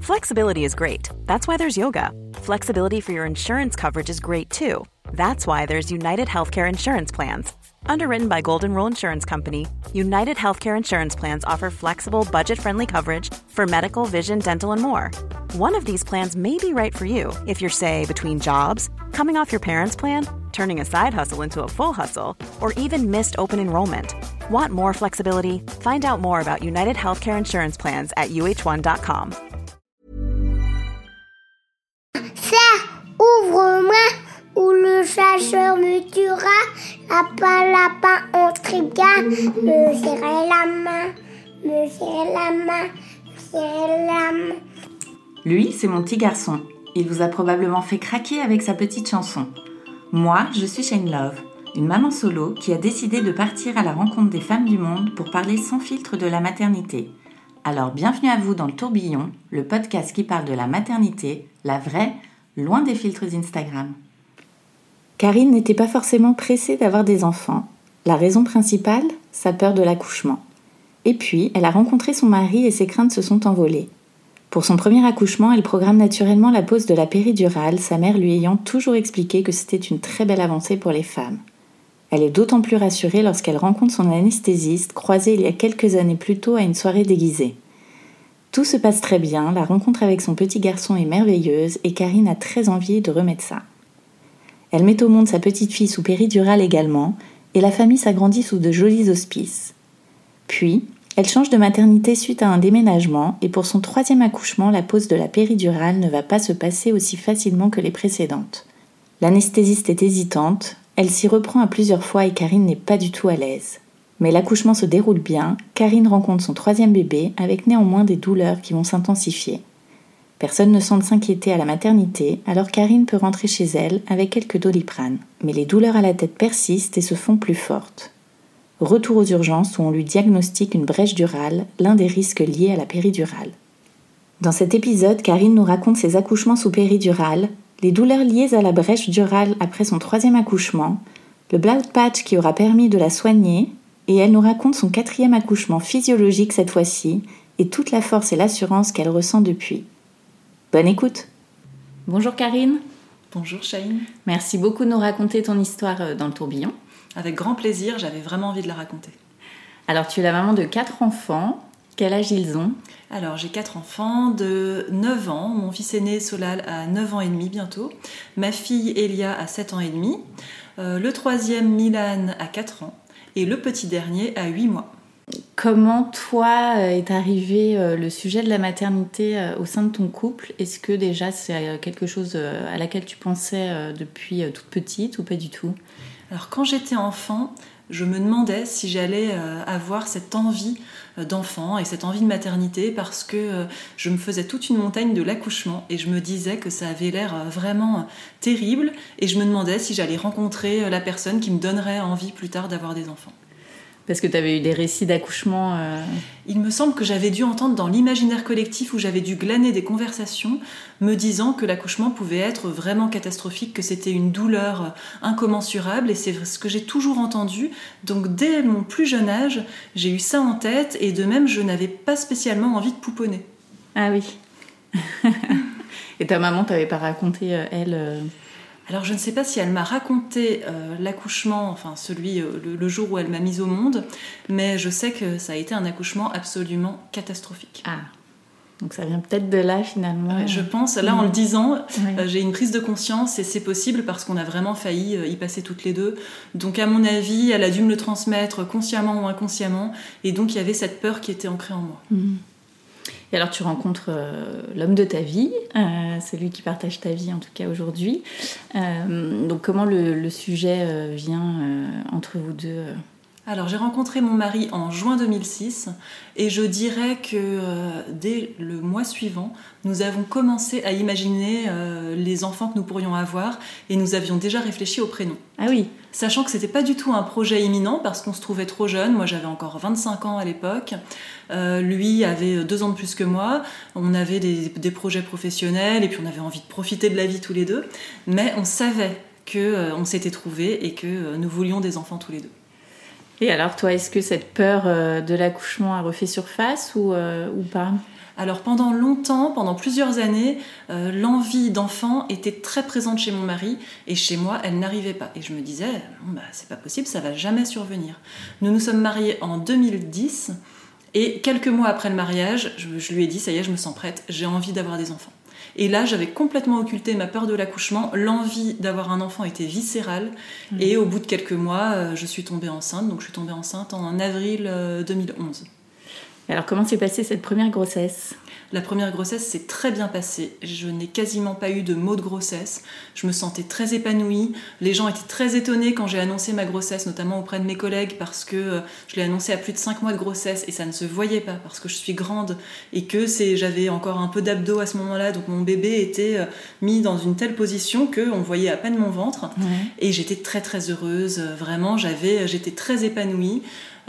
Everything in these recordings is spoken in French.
Flexibility is great. That's why there's yoga. Flexibility for your insurance coverage is great too. That's why there's United Healthcare Insurance Plans. Underwritten by Golden Rule Insurance Company, United Healthcare Insurance Plans offer flexible, budget-friendly coverage for medical, vision, dental, and more. One of these plans may be right for you if you're, say, between jobs, coming off your parents' plan, turning a side hustle into a full hustle, or even missed open enrollment. Want more flexibility? Find out more about United Healthcare Insurance Plans at uh1.com. Serre, ouvre-moi, ou le chasseur me tuera. Lapin, on tripia. Me serrer la main, me serrer la main, me serrer la main. Lui, c'est mon petit garçon. Il vous a probablement fait craquer avec sa petite chanson. Moi, je suis Shane Love, une maman solo qui a décidé de partir à la rencontre des femmes du monde pour parler sans filtre de la maternité. Alors bienvenue à vous dans le Tourbillon, le podcast qui parle de la maternité, la vraie, loin des filtres Instagram. Karine n'était pas forcément pressée d'avoir des enfants. La raison principale, sa peur de l'accouchement. Et puis, elle a rencontré son mari et ses craintes se sont envolées. Pour son premier accouchement, elle programme naturellement la pose de la péridurale, sa mère lui ayant toujours expliqué que c'était une très belle avancée pour les femmes. Elle est d'autant plus rassurée lorsqu'elle rencontre son anesthésiste, croisé il y a quelques années plus tôt à une soirée déguisée. Tout se passe très bien, la rencontre avec son petit garçon est merveilleuse et Karine a très envie de remettre ça. Elle met au monde sa petite fille sous péridurale également et la famille s'agrandit sous de jolis auspices. Puis, elle change de maternité suite à un déménagement et pour son 3e accouchement, la pose de la péridurale ne va pas se passer aussi facilement que les précédentes. L'anesthésiste est hésitante, elle s'y reprend à plusieurs fois et Karine n'est pas du tout à l'aise. Mais l'accouchement se déroule bien, Karine rencontre son 3e bébé avec néanmoins des douleurs qui vont s'intensifier. Personne ne semble s'inquiéter à la maternité, alors Karine peut rentrer chez elle avec quelques Doliprane. Mais les douleurs à la tête persistent et se font plus fortes. Retour aux urgences où on lui diagnostique une brèche durale, l'un des risques liés à la péridurale. Dans cet épisode, Karine nous raconte ses accouchements sous péridurale, les douleurs liées à la brèche durale après son 3e accouchement, le blood patch qui aura permis de la soigner, et elle nous raconte son 4e accouchement physiologique cette fois-ci, et toute la force et l'assurance qu'elle ressent depuis. Bonne écoute. Bonjour Karine. Bonjour Shane. Merci beaucoup de nous raconter ton histoire dans le tourbillon. Avec grand plaisir, j'avais vraiment envie de la raconter. Alors tu es la maman de 4 enfants. Quel âge ils ont ? Alors j'ai 4 enfants de 9 ans. Mon fils aîné Solal a 9 ans et demi bientôt. Ma fille Elia a 7 ans et demi. Le 3e Milan a 4 ans. Et le petit dernier a 8 mois. Comment, toi, est arrivé le sujet de la maternité au sein de ton couple ? Est-ce que déjà c'est quelque chose à laquelle tu pensais depuis toute petite ou pas du tout ? Alors quand j'étais enfant, je me demandais si j'allais avoir cette envie d'enfant et cette envie de maternité parce que je me faisais toute une montagne de l'accouchement et je me disais que ça avait l'air vraiment terrible et je me demandais si j'allais rencontrer la personne qui me donnerait envie plus tard d'avoir des enfants. Parce que tu avais eu des récits d'accouchement Il me semble que j'avais dû entendre dans l'imaginaire collectif où j'avais dû glaner des conversations me disant que l'accouchement pouvait être vraiment catastrophique, que c'était une douleur incommensurable et c'est ce que j'ai toujours entendu. Donc dès mon plus jeune âge, j'ai eu ça en tête et de même je n'avais pas spécialement envie de pouponner. Ah oui. Et ta maman t'avait pas raconté, elle Alors je ne sais pas si elle m'a raconté l'accouchement, enfin celui le jour où elle m'a mise au monde, mais je sais que ça a été un accouchement absolument catastrophique. Ah, donc ça vient peut-être de là finalement. Ouais, je pense, là en le disant, j'ai une prise de conscience et c'est possible parce qu'on a vraiment failli y passer toutes les deux. Donc à mon avis, elle a dû me le transmettre consciemment ou inconsciemment et donc il y avait cette peur qui était ancrée en moi. Et alors tu rencontres l'homme de ta vie, celui qui partage ta vie en tout cas aujourd'hui. Donc comment le sujet vient entre vous deux Alors j'ai rencontré mon mari en juin 2006 et je dirais que dès le mois suivant, nous avons commencé à imaginer les enfants que nous pourrions avoir et nous avions déjà réfléchi au prénom. Ah oui. Sachant que c'était pas du tout un projet imminent parce qu'on se trouvait trop jeune. Moi j'avais encore 25 ans à l'époque, lui avait 2 ans de plus que moi, on avait des projets professionnels et puis on avait envie de profiter de la vie tous les deux, mais on savait qu'on s'était trouvés et que nous voulions des enfants tous les deux. Et alors toi, est-ce que cette peur de l'accouchement a refait surface ou pas ? Alors pendant longtemps, pendant plusieurs années, l'envie d'enfant était très présente chez mon mari et chez moi, elle n'arrivait pas. Et je me disais, c'est pas possible, ça va jamais survenir. Nous nous sommes mariés en 2010 et quelques mois après le mariage, je lui ai dit, ça y est, je me sens prête, j'ai envie d'avoir des enfants. Et là, j'avais complètement occulté ma peur de l'accouchement. L'envie d'avoir un enfant était viscérale. Et au bout de quelques mois, je suis tombée enceinte. Donc je suis tombée enceinte en avril 2011. Alors comment s'est passée cette première grossesse ? La première grossesse s'est très bien passée. Je n'ai quasiment pas eu de maux de grossesse. Je me sentais très épanouie. Les gens étaient très étonnés quand j'ai annoncé ma grossesse, notamment auprès de mes collègues, parce que je l'ai annoncé à plus de 5 mois de grossesse et ça ne se voyait pas parce que je suis grande et que j'avais encore un peu d'abdos à ce moment-là. Donc mon bébé était mis dans une telle position qu'on voyait à peine mon ventre. Et j'étais très très heureuse. Vraiment, j'étais très épanouie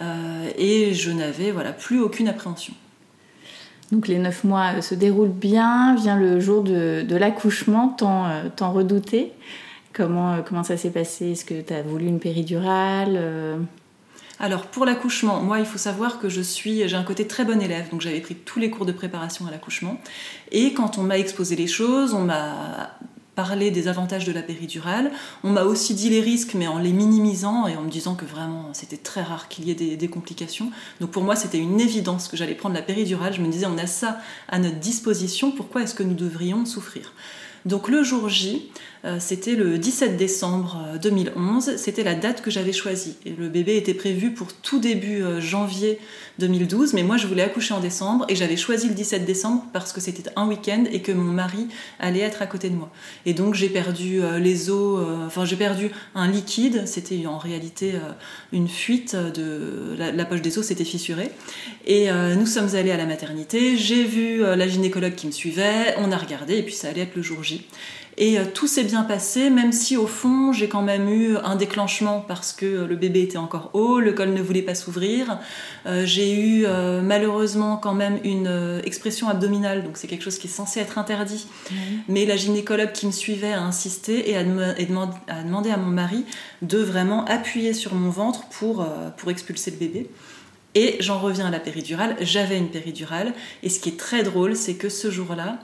et je n'avais plus aucune appréhension. Donc les 9 mois se déroulent bien, vient le jour de l'accouchement, tant redouté. Comment ça s'est passé ? Est-ce que tu as voulu une péridurale ? Alors pour l'accouchement, moi il faut savoir que j'ai un côté très bon élève, donc j'avais pris tous les cours de préparation à l'accouchement. Et quand on m'a exposé les choses, on m'a parlé des avantages de la péridurale. On m'a aussi dit les risques, mais en les minimisant et en me disant que vraiment c'était très rare qu'il y ait des complications. Donc pour moi c'était une évidence que j'allais prendre la péridurale. Je me disais on a ça à notre disposition, pourquoi est-ce que nous devrions souffrir ? Donc le jour J, c'était le 17 décembre 2011, c'était la date que j'avais choisie. Et le bébé était prévu pour tout début janvier 2012, mais moi je voulais accoucher en décembre et j'avais choisi le 17 décembre parce que c'était un week-end et que mon mari allait être à côté de moi. Et donc j'ai perdu les os, j'ai perdu un liquide, c'était en réalité une fuite, la poche des os s'était fissurée. Et nous sommes allés à la maternité, j'ai vu la gynécologue qui me suivait, on a regardé et puis ça allait être le jour J. Et tout s'est bien passé, même si au fond j'ai quand même eu un déclenchement parce que le bébé était encore haut, le col ne voulait pas s'ouvrir. J'ai eu malheureusement quand même une expression abdominale, donc c'est quelque chose qui est censé être interdit. Mais la gynécologue qui me suivait a insisté et a demandé à mon mari de vraiment appuyer sur mon ventre pour expulser le bébé. Et j'en reviens à la péridurale, j'avais une péridurale et ce qui est très drôle c'est que ce jour-là,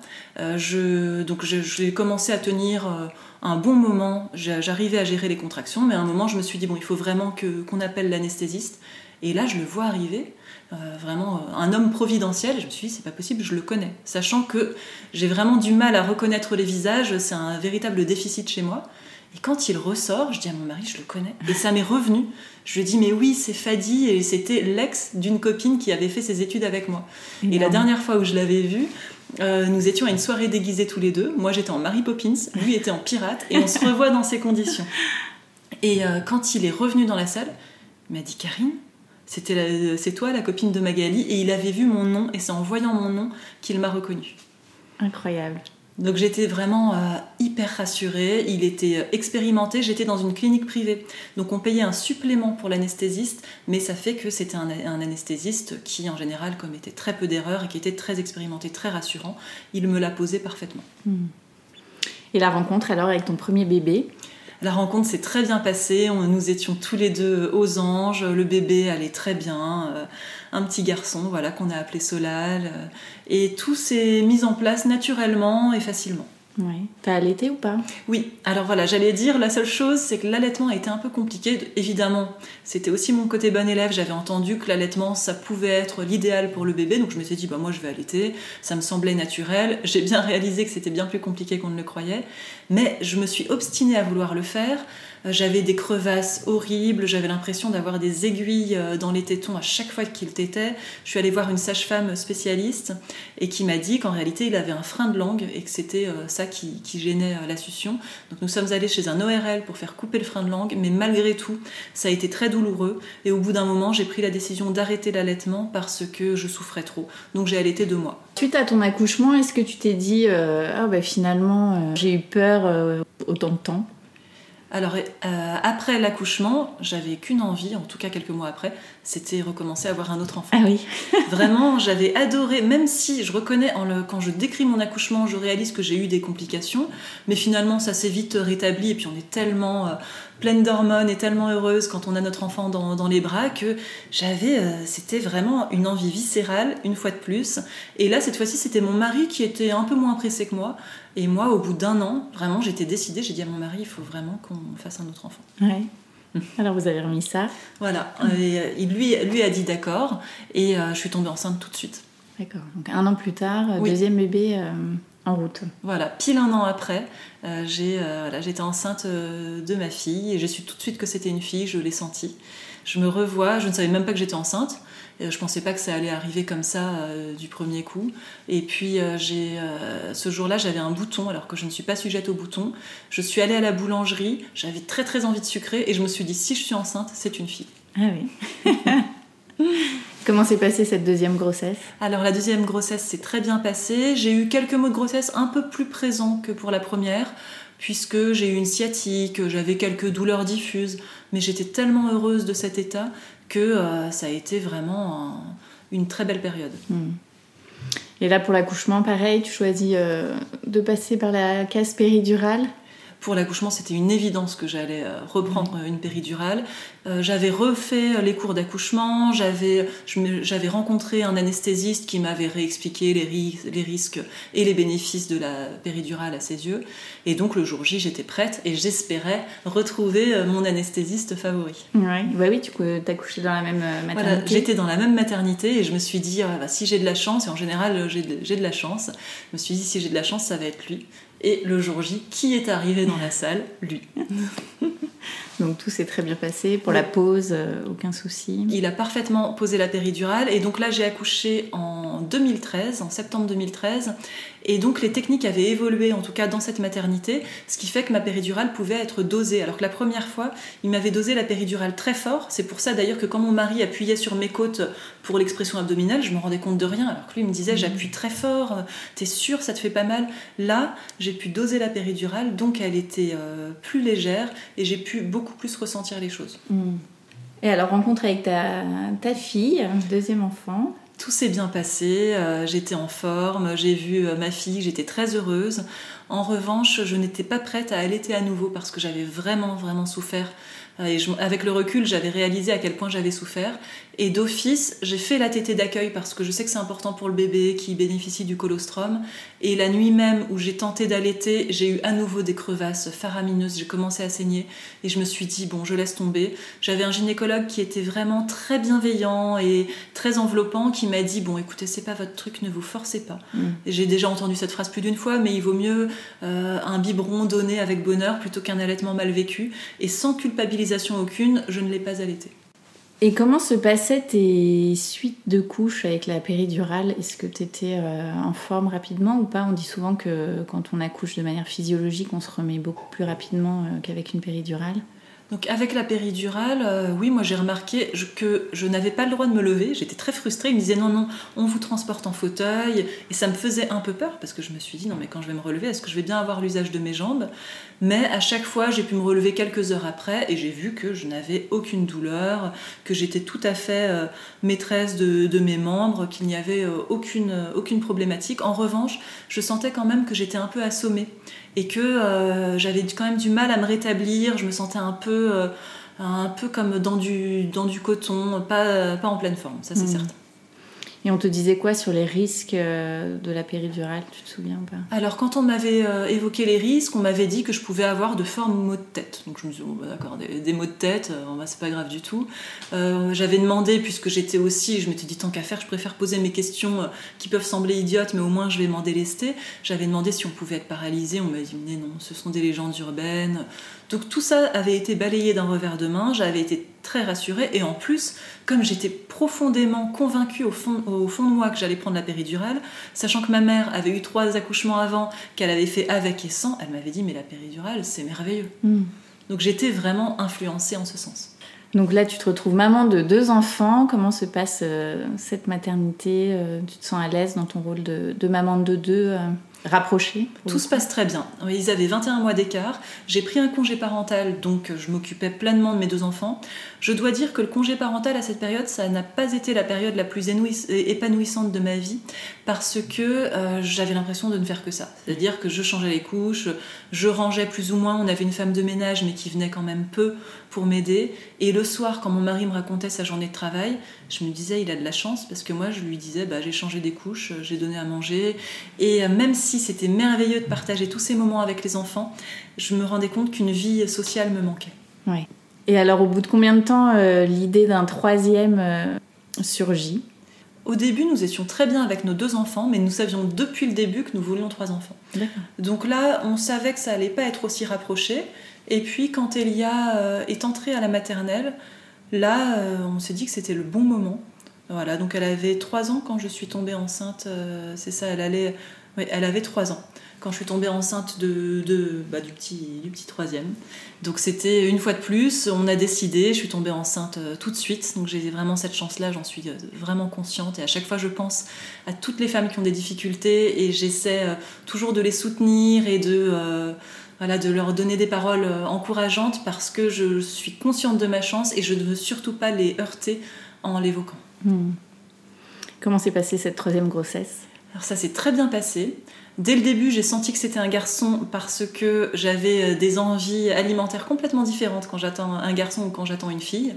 j'ai commencé à tenir un bon moment, j'arrivais à gérer les contractions, mais à un moment je me suis dit il faut vraiment qu'on appelle l'anesthésiste. Et là je le vois arriver, vraiment un homme providentiel, et je me suis dit c'est pas possible, je le connais. Sachant que j'ai vraiment du mal à reconnaître les visages, c'est un véritable déficit chez moi. Et quand il ressort, je dis à mon mari, je le connais. Et ça m'est revenu. Je lui ai dit, mais oui, c'est Fadi. Et c'était l'ex d'une copine qui avait fait ses études avec moi. Et la dernière fois où je l'avais vu, nous étions à une soirée déguisée tous les deux. Moi, j'étais en Mary Poppins. Lui était en pirate. Et on se revoit dans ces conditions. Et quand il est revenu dans la salle, il m'a dit, Karine, c'est toi, la copine de Magali. Et il avait vu mon nom. Et c'est en voyant mon nom qu'il m'a reconnue. Incroyable. Donc j'étais vraiment hyper rassurée, il était expérimenté, j'étais dans une clinique privée. Donc on payait un supplément pour l'anesthésiste, mais ça fait que c'était un anesthésiste qui en général commettait très peu d'erreurs et qui était très expérimenté, très rassurant. Il me l'a posé parfaitement. Et la rencontre alors avec ton premier bébé ? La rencontre s'est très bien passée, nous étions tous les deux aux anges, le bébé allait très bien, un petit garçon qu'on a appelé Solal, et tout s'est mis en place naturellement et facilement. Ouais. T'as allaité ou pas ? Oui, alors voilà, j'allais dire, la seule chose, c'est que l'allaitement a été un peu compliqué. Évidemment, c'était aussi mon côté bon élève, j'avais entendu que l'allaitement, ça pouvait être l'idéal pour le bébé, donc je me suis dit, moi je vais allaiter, ça me semblait naturel. J'ai bien réalisé que c'était bien plus compliqué qu'on ne le croyait, mais je me suis obstinée à vouloir le faire. J'avais des crevasses horribles, j'avais l'impression d'avoir des aiguilles dans les tétons à chaque fois qu'il tétait. Je suis allée voir une sage-femme spécialiste et qui m'a dit qu'en réalité il avait un frein de langue et que c'était ça qui gênait la succion. Donc nous sommes allés chez un ORL pour faire couper le frein de langue, mais malgré tout ça a été très douloureux et au bout d'un moment j'ai pris la décision d'arrêter l'allaitement parce que je souffrais trop. Donc j'ai allaité 2 mois. Suite à ton accouchement, est-ce que tu t'es dit finalement j'ai eu peur autant de temps ? Alors, après l'accouchement, j'avais qu'une envie, en tout cas quelques mois après, c'était recommencer à avoir un autre enfant. Ah oui. Vraiment, j'avais adoré, même si je reconnais, quand je décris mon accouchement, je réalise que j'ai eu des complications, mais finalement ça s'est vite rétabli, et puis on est tellement pleine d'hormones et tellement heureuse quand on a notre enfant dans les bras que c'était vraiment une envie viscérale, une fois de plus. Et là, cette fois-ci, c'était mon mari qui était un peu moins pressé que moi. Et moi, au bout d'1 an, vraiment, j'étais décidée, j'ai dit à mon mari, il faut vraiment qu'on fasse un autre enfant. Ouais. Alors vous avez remis ça. Voilà, et lui a dit d'accord, et je suis tombée enceinte tout de suite. D'accord, donc 1 an plus tard, Oui. deuxième bébé en route. Voilà, pile 1 an après, j'étais enceinte de ma fille, et j'ai su tout de suite que c'était une fille, je l'ai senti. Je me revois, je ne savais même pas que j'étais enceinte, je pensais pas que ça allait arriver comme ça du premier coup. Et puis ce jour-là, j'avais un bouton, alors que je ne suis pas sujette au bouton. Je suis allée à la boulangerie, j'avais très très envie de sucrer, et je me suis dit, si je suis enceinte, c'est une fille. Ah oui. Comment s'est passée cette deuxième grossesse ? Alors la deuxième grossesse s'est très bien passée. J'ai eu quelques mots de grossesse un peu plus présents que pour la première, puisque j'ai eu une sciatique, j'avais quelques douleurs diffuses, mais j'étais tellement heureuse de cet état que ça a été vraiment une très belle période. Et là, pour l'accouchement, pareil, tu choisis de passer par la case péridurale ? Pour l'accouchement, c'était une évidence que j'allais reprendre une péridurale. J'avais refait les cours d'accouchement, j'avais rencontré un anesthésiste qui m'avait réexpliqué les risques et les bénéfices de la péridurale à ses yeux. Et donc le jour J, j'étais prête et j'espérais retrouver mon anesthésiste favori. Ouais. Bah oui, tu as couché dans la même maternité. Voilà, j'étais dans la même maternité et je me suis dit, si j'ai de la chance, et en général j'ai de la chance, je me suis dit, si j'ai de la chance, ça va être lui. Et le jour J, qui est arrivé dans la salle ? Lui. Donc tout s'est très bien passé. Pour la pause, aucun souci. Il a parfaitement posé la péridurale. Et donc là, j'ai accouché en 2013, en septembre 2013. Et donc les techniques avaient évolué, en tout cas dans cette maternité, ce qui fait que ma péridurale pouvait être dosée. Alors que la première fois, il m'avait dosé la péridurale très fort. C'est pour ça d'ailleurs que quand mon mari appuyait sur mes côtes pour l'expression abdominale, je me rendais compte de rien. Alors que lui il me disait, j'appuie très fort, t'es sûre, ça te fait pas mal ? Là, j'ai pu doser la péridurale, donc elle était plus légère et j'ai pu beaucoup plus ressentir les choses. Et alors, rencontre avec ta fille, deuxième enfant. Tout s'est bien passé, j'étais en forme, j'ai vu ma fille, j'étais très heureuse. En revanche, je n'étais pas prête à allaiter à nouveau parce que j'avais vraiment, vraiment souffert. Et avec le recul, j'avais réalisé à quel point j'avais souffert. Et d'office, j'ai fait la tétée d'accueil parce que je sais que c'est important pour le bébé qui bénéficie du colostrum. Et la nuit même où j'ai tenté d'allaiter, j'ai eu à nouveau des crevasses faramineuses. J'ai commencé à saigner et je me suis dit, bon, je laisse tomber. J'avais un gynécologue qui était vraiment très bienveillant et très enveloppant qui m'a dit, bon, écoutez, c'est pas votre truc, ne vous forcez pas. Et j'ai déjà entendu cette phrase plus d'une fois, mais il vaut mieux un biberon donné avec bonheur plutôt qu'un allaitement mal vécu. Et sans culpabilisation aucune, je ne l'ai pas allaité. Et comment se passaient tes suites de couches avec la péridurale ? Est-ce que tu étais en forme rapidement ou pas ? On dit souvent que quand on accouche de manière physiologique, on se remet beaucoup plus rapidement qu'avec une péridurale. Donc avec la péridurale, oui, moi j'ai remarqué que je n'avais pas le droit de me lever. J'étais très frustrée. Ils me disaient non, on vous transporte en fauteuil. Et ça me faisait un peu peur parce que je me suis dit non mais quand je vais me relever, est-ce que je vais bien avoir l'usage de mes jambes ? Mais à chaque fois, j'ai pu me relever quelques heures après et j'ai vu que je n'avais aucune douleur, que j'étais tout à fait maîtresse de mes membres, qu'il n'y avait aucune problématique. En revanche, je sentais quand même que j'étais un peu assommée et que j'avais quand même du mal à me rétablir. Je me sentais un peu comme dans du coton, pas en pleine forme, ça c'est certain. Et on te disait quoi sur les risques de la péridurale, tu te souviens ou pas ? Alors quand on m'avait évoqué les risques, on m'avait dit que je pouvais avoir de forts maux de tête. Donc je me suis dit, d'accord, des maux de tête, c'est pas grave du tout. J'avais demandé, puisque j'étais aussi, je m'étais dit tant qu'à faire, je préfère poser mes questions qui peuvent sembler idiotes, mais au moins je vais m'en délester. J'avais demandé si on pouvait être paralysé, on m'a dit mais non, ce sont des légendes urbaines. Donc tout ça avait été balayé d'un revers de main, j'avais été très rassurée et en plus, comme j'étais profondément convaincue au fond de moi que j'allais prendre la péridurale, sachant que ma mère avait eu 3 accouchements avant, qu'elle avait fait avec et sans, elle m'avait dit mais la péridurale c'est merveilleux. Donc j'étais vraiment influencée en ce sens. Donc là tu te retrouves maman de 2 enfants, comment se passe cette maternité ? Tu te sens à l'aise dans ton rôle de maman de 2 ? rapproché? Tout se passe très bien. Ils avaient 21 mois d'écart. J'ai pris un congé parental, donc je m'occupais pleinement de mes 2 enfants. Je dois dire que le congé parental à cette période, ça n'a pas été la période la plus épanouissante de ma vie, parce que j'avais l'impression de ne faire que ça. C'est-à-dire que je changeais les couches, je rangeais plus ou moins. On avait une femme de ménage, mais qui venait quand même peu pour m'aider. Et le soir, quand mon mari me racontait sa journée de travail, je me disais, il a de la chance, parce que moi, je lui disais, j'ai changé des couches, j'ai donné à manger. Et même si c'était merveilleux de partager tous ces moments avec les enfants, je me rendais compte qu'une vie sociale me manquait. Ouais. Et alors, au bout de combien de temps l'idée d'un 3e surgit? Au début, nous étions très bien avec nos 2 enfants, mais nous savions depuis le début que nous voulions 3 enfants. D'accord. Donc là, on savait que ça allait pas être aussi rapproché. Et puis, quand Elia est entrée à la maternelle, là, on s'est dit que c'était le bon moment. Voilà, donc elle avait 3 ans quand je suis tombée enceinte. C'est ça, elle avait 3 ans quand je suis tombée enceinte du petit 3e. Donc c'était une fois de plus, on a décidé, je suis tombée enceinte tout de suite. Donc j'ai vraiment cette chance-là, j'en suis vraiment consciente. Et à chaque fois, je pense à toutes les femmes qui ont des difficultés et j'essaie toujours de les soutenir et de leur donner des paroles encourageantes, parce que je suis consciente de ma chance et je ne veux surtout pas les heurter en l'évoquant. Comment s'est passée cette 3e grossesse? Alors ça s'est très bien passé. Dès le début, j'ai senti que c'était un garçon, parce que j'avais des envies alimentaires complètement différentes quand j'attends un garçon ou quand j'attends une fille.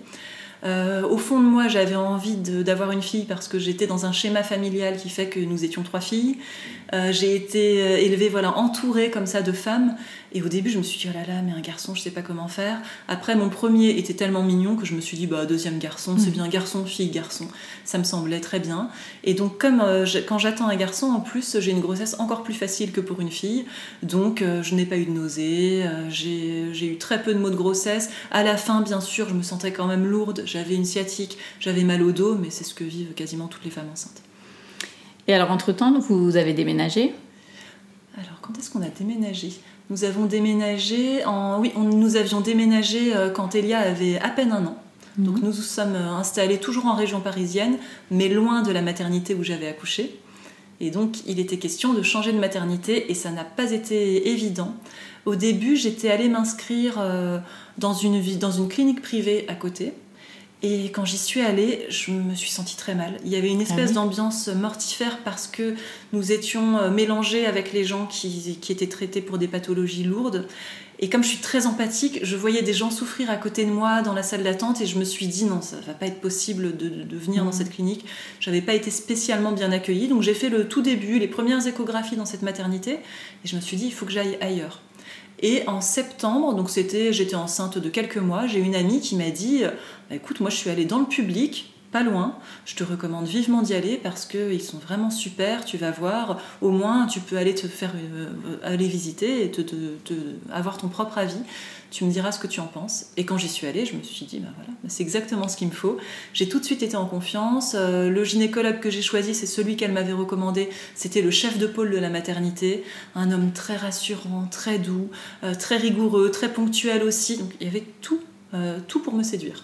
Au fond de moi, j'avais envie d'avoir une fille parce que j'étais dans un schéma familial qui fait que nous étions 3 filles. J'ai été élevée, entourée comme ça de femmes. Et au début, je me suis dit, oh là là, mais un garçon, je sais pas comment faire. Après, mon premier était tellement mignon que je me suis dit, 2e garçon, c'est bien, garçon, fille, garçon. Ça me semblait très bien. Et donc, comme quand j'attends un garçon, en plus, j'ai une grossesse encore plus facile que pour une fille. Donc, je n'ai pas eu de nausées, j'ai eu très peu de maux de grossesse. À la fin, bien sûr, je me sentais quand même lourde. J'avais une sciatique, j'avais mal au dos, mais c'est ce que vivent quasiment toutes les femmes enceintes. Et alors, entre-temps, vous avez déménagé? Alors, quand est-ce qu'on a déménagé ? Nous avons déménagé nous avions déménagé quand Elia avait à peine 1 an. Donc nous nous sommes installés toujours en région parisienne, mais loin de la maternité où j'avais accouché. Et donc il était question de changer de maternité et ça n'a pas été évident. Au début, j'étais allée m'inscrire dans une clinique privée à côté. Et quand j'y suis allée, je me suis sentie très mal. Il y avait une espèce d'ambiance mortifère parce que nous étions mélangés avec les gens qui étaient traités pour des pathologies lourdes. Et comme je suis très empathique, je voyais des gens souffrir à côté de moi dans la salle d'attente et je me suis dit non, ça va pas être possible de venir dans cette clinique. J'avais pas été spécialement bien accueillie, donc j'ai fait le tout début, les premières échographies dans cette maternité et je me suis dit il faut que j'aille ailleurs. Et en septembre, donc j'étais enceinte de quelques mois, j'ai une amie qui m'a dit écoute, moi je suis allée dans le public, pas loin, je te recommande vivement d'y aller parce qu'ils sont vraiment super, tu vas voir, au moins tu peux aller te faire aller visiter et avoir ton propre avis, tu me diras ce que tu en penses. Et quand j'y suis allée, je me suis dit c'est exactement ce qu'il me faut. J'ai tout de suite été en confiance, le gynécologue que j'ai choisi, c'est celui qu'elle m'avait recommandé, c'était le chef de pôle de la maternité, un homme très rassurant, très doux, très rigoureux, très ponctuel aussi, donc il y avait tout pour me séduire.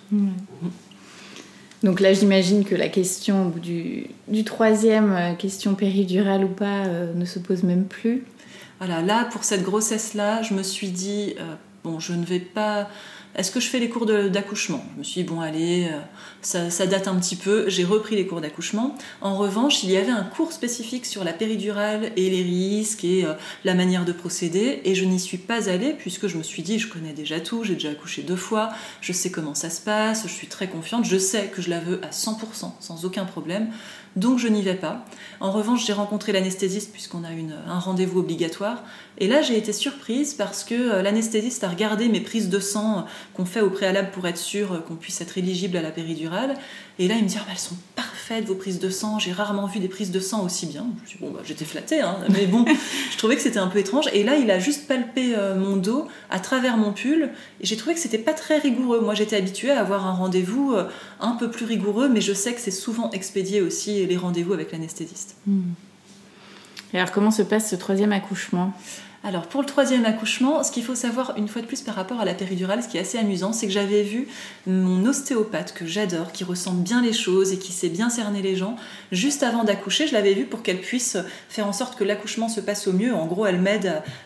Donc là, j'imagine que la question du 3e, question péridurale ou pas, ne se pose même plus. Voilà, là, pour cette grossesse-là, je me suis dit, je ne vais pas... Est-ce que je fais les cours d'accouchement ? Je me suis dit, allez, ça date un petit peu. J'ai repris les cours d'accouchement. En revanche, il y avait un cours spécifique sur la péridurale et les risques et la manière de procéder. Et je n'y suis pas allée puisque je me suis dit, je connais déjà tout, j'ai déjà accouché 2 fois, je sais comment ça se passe, je suis très confiante, je sais que je la veux à 100%, sans aucun problème. Donc je n'y vais pas. En revanche, j'ai rencontré l'anesthésiste puisqu'on a un rendez-vous obligatoire. Et là, j'ai été surprise parce que l'anesthésiste a regardé mes prises de sang qu'on fait au préalable pour être sûr qu'on puisse être éligible à la péridurale. Et là, il me dit elles sont parfaites vos prises de sang. J'ai rarement vu des prises de sang aussi bien. Je me suis dit, j'étais flattée, mais je trouvais que c'était un peu étrange. Et là, il a juste palpé mon dos à travers mon pull. Et j'ai trouvé que c'était pas très rigoureux. Moi, j'étais habituée à avoir un rendez-vous un peu plus rigoureux, mais je sais que c'est souvent expédié aussi les rendez-vous avec l'anesthésiste. Et alors, comment se passe ce 3e accouchement ? Alors pour le 3e accouchement, ce qu'il faut savoir une fois de plus par rapport à la péridurale, ce qui est assez amusant, c'est que j'avais vu mon ostéopathe que j'adore, qui ressent bien les choses et qui sait bien cerner les gens. Juste avant d'accoucher, je l'avais vu pour qu'elle puisse faire en sorte que l'accouchement se passe au mieux. En gros, elle